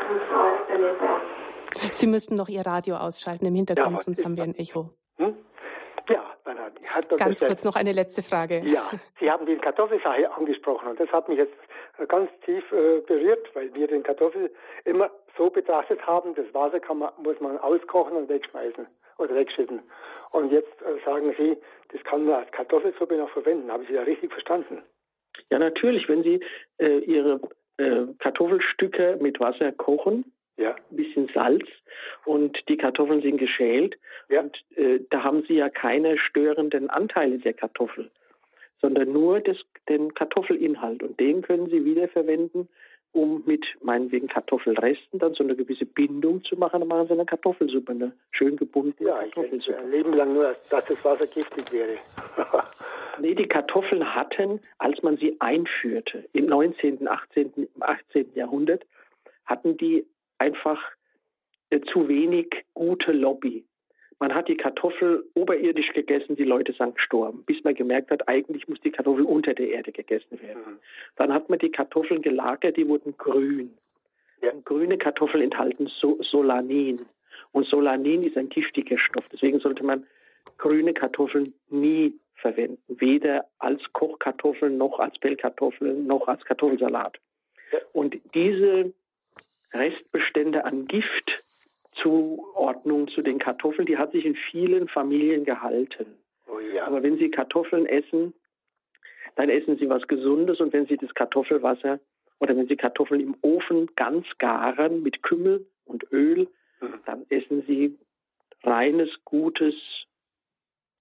Sie müssten noch Ihr Radio ausschalten im Hintergrund, ja, sonst haben wir ein Echo. Hm? Ja, Bernhard. Ganz kurz noch eine letzte Frage. Ja, Sie haben die Kartoffelsache angesprochen und das hat mich jetzt ganz tief äh, berührt, weil wir den Kartoffel immer so betrachtet haben, das Wasser kann man, muss man auskochen und wegschmeißen oder wegschütten. Und jetzt äh, sagen Sie, das kann man als Kartoffelsuppe noch verwenden. Habe ich Sie da richtig verstanden? Ja, natürlich. Wenn Sie äh, Ihre äh, Kartoffelstücke mit Wasser kochen, ja, ein bisschen Salz und die Kartoffeln sind geschält. Ja. Und äh, da haben Sie ja keine störenden Anteile der Kartoffel, sondern nur das, den Kartoffelinhalt. Und den können Sie wiederverwenden, um mit meinetwegen Kartoffelresten dann so eine gewisse Bindung zu machen. Dann machen Sie eine Kartoffelsuppe, eine schön gebundene ja, Kartoffelsuppe. Ja, ein Leben lang nur, dass das Wasser giftig wäre. Nee, die Kartoffeln hatten, als man sie einführte, im neunzehnten, achtzehnten, achtzehnten Jahrhundert, hatten die einfach äh, zu wenig gute Lobby. Man hat die Kartoffel oberirdisch gegessen, die Leute sind gestorben, bis man gemerkt hat, eigentlich muss die Kartoffel unter der Erde gegessen werden. Mhm. Dann hat man die Kartoffeln gelagert, die wurden grün. Ja. Und grüne Kartoffeln enthalten so- Solanin. Und Solanin ist ein giftiger Stoff. Deswegen sollte man grüne Kartoffeln nie verwenden. Weder als Kochkartoffeln, noch als Pellkartoffeln, noch als Kartoffelsalat. Ja. Und diese Restbestände an Giftzuordnung zu den Kartoffeln, die hat sich in vielen Familien gehalten. Oh ja. Aber wenn Sie Kartoffeln essen, dann essen Sie was Gesundes. Und wenn Sie das Kartoffelwasser oder wenn Sie Kartoffeln im Ofen ganz garen mit Kümmel und Öl, mhm. dann essen Sie reines, gutes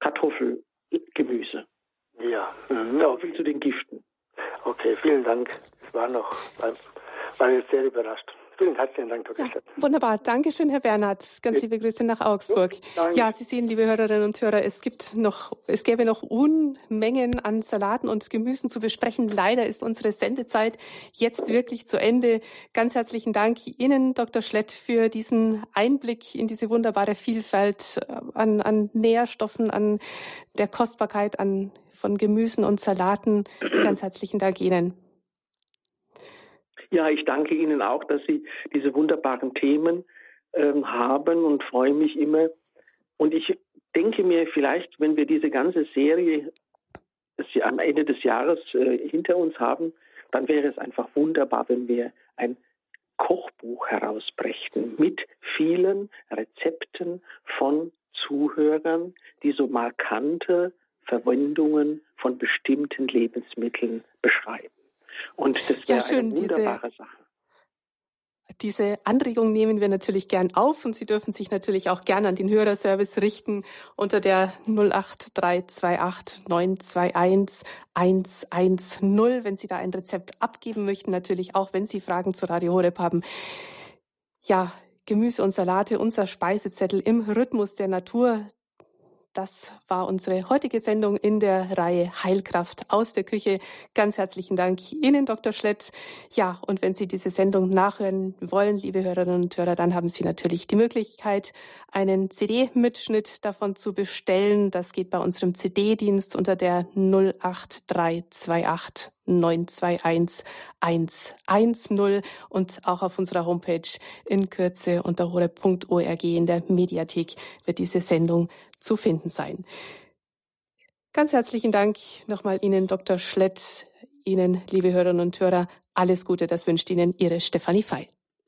Kartoffelgemüse. Ja. Mhm. So viel zu den Giften. Okay, vielen Dank. Ich war noch, war, war jetzt sehr überrascht. Vielen herzlichen Dank, Doktor Ja, Schlepp. wunderbar. Dankeschön, Herr Bernhard. Ganz liebe Grüße nach Augsburg. Danke. Ja, Sie sehen, liebe Hörerinnen und Hörer, es gibt noch, es gäbe noch Unmengen an Salaten und Gemüsen zu besprechen. Leider ist unsere Sendezeit jetzt wirklich zu Ende. Ganz herzlichen Dank Ihnen, Doktor Schlett, für diesen Einblick in diese wunderbare Vielfalt an, an Nährstoffen, an der Kostbarkeit an, von Gemüsen und Salaten. Ganz herzlichen Dank Ihnen. Ja, ich danke Ihnen auch, dass Sie diese wunderbaren Themen ähm, haben und freue mich immer. Und ich denke mir vielleicht, wenn wir diese ganze Serie das am Ende des Jahres äh, hinter uns haben, dann wäre es einfach wunderbar, wenn wir ein Kochbuch herausbrächten mit vielen Rezepten von Zuhörern, die so markante Verwendungen von bestimmten Lebensmitteln beschreiben. Und das wäre ja, schön, eine wunderbare diese, Sache. Diese Anregung nehmen wir natürlich gern auf und Sie dürfen sich natürlich auch gern an den Hörerservice richten unter der null acht drei zwei acht neun zwei eins eins eins null, wenn Sie da ein Rezept abgeben möchten, natürlich auch, wenn Sie Fragen zu Radio Horeb haben. Ja, Gemüse und Salate, unser Speisezettel im Rhythmus der Natur. Das war unsere heutige Sendung in der Reihe Heilkraft aus der Küche. Ganz herzlichen Dank Ihnen, Doktor Schlett. Ja, und wenn Sie diese Sendung nachhören wollen, liebe Hörerinnen und Hörer, dann haben Sie natürlich die Möglichkeit, einen C D-Mitschnitt davon zu bestellen. Das geht bei unserem C D-Dienst unter der null acht drei zwei acht neun zwei eins eins eins null und auch auf unserer Homepage in Kürze unter horeb punkt org in der Mediathek wird diese Sendung zu finden sein. Ganz herzlichen Dank nochmal Ihnen, Doktor Schlett, Ihnen, liebe Hörerinnen und Hörer, alles Gute, das wünscht Ihnen Ihre Stefanie Feil.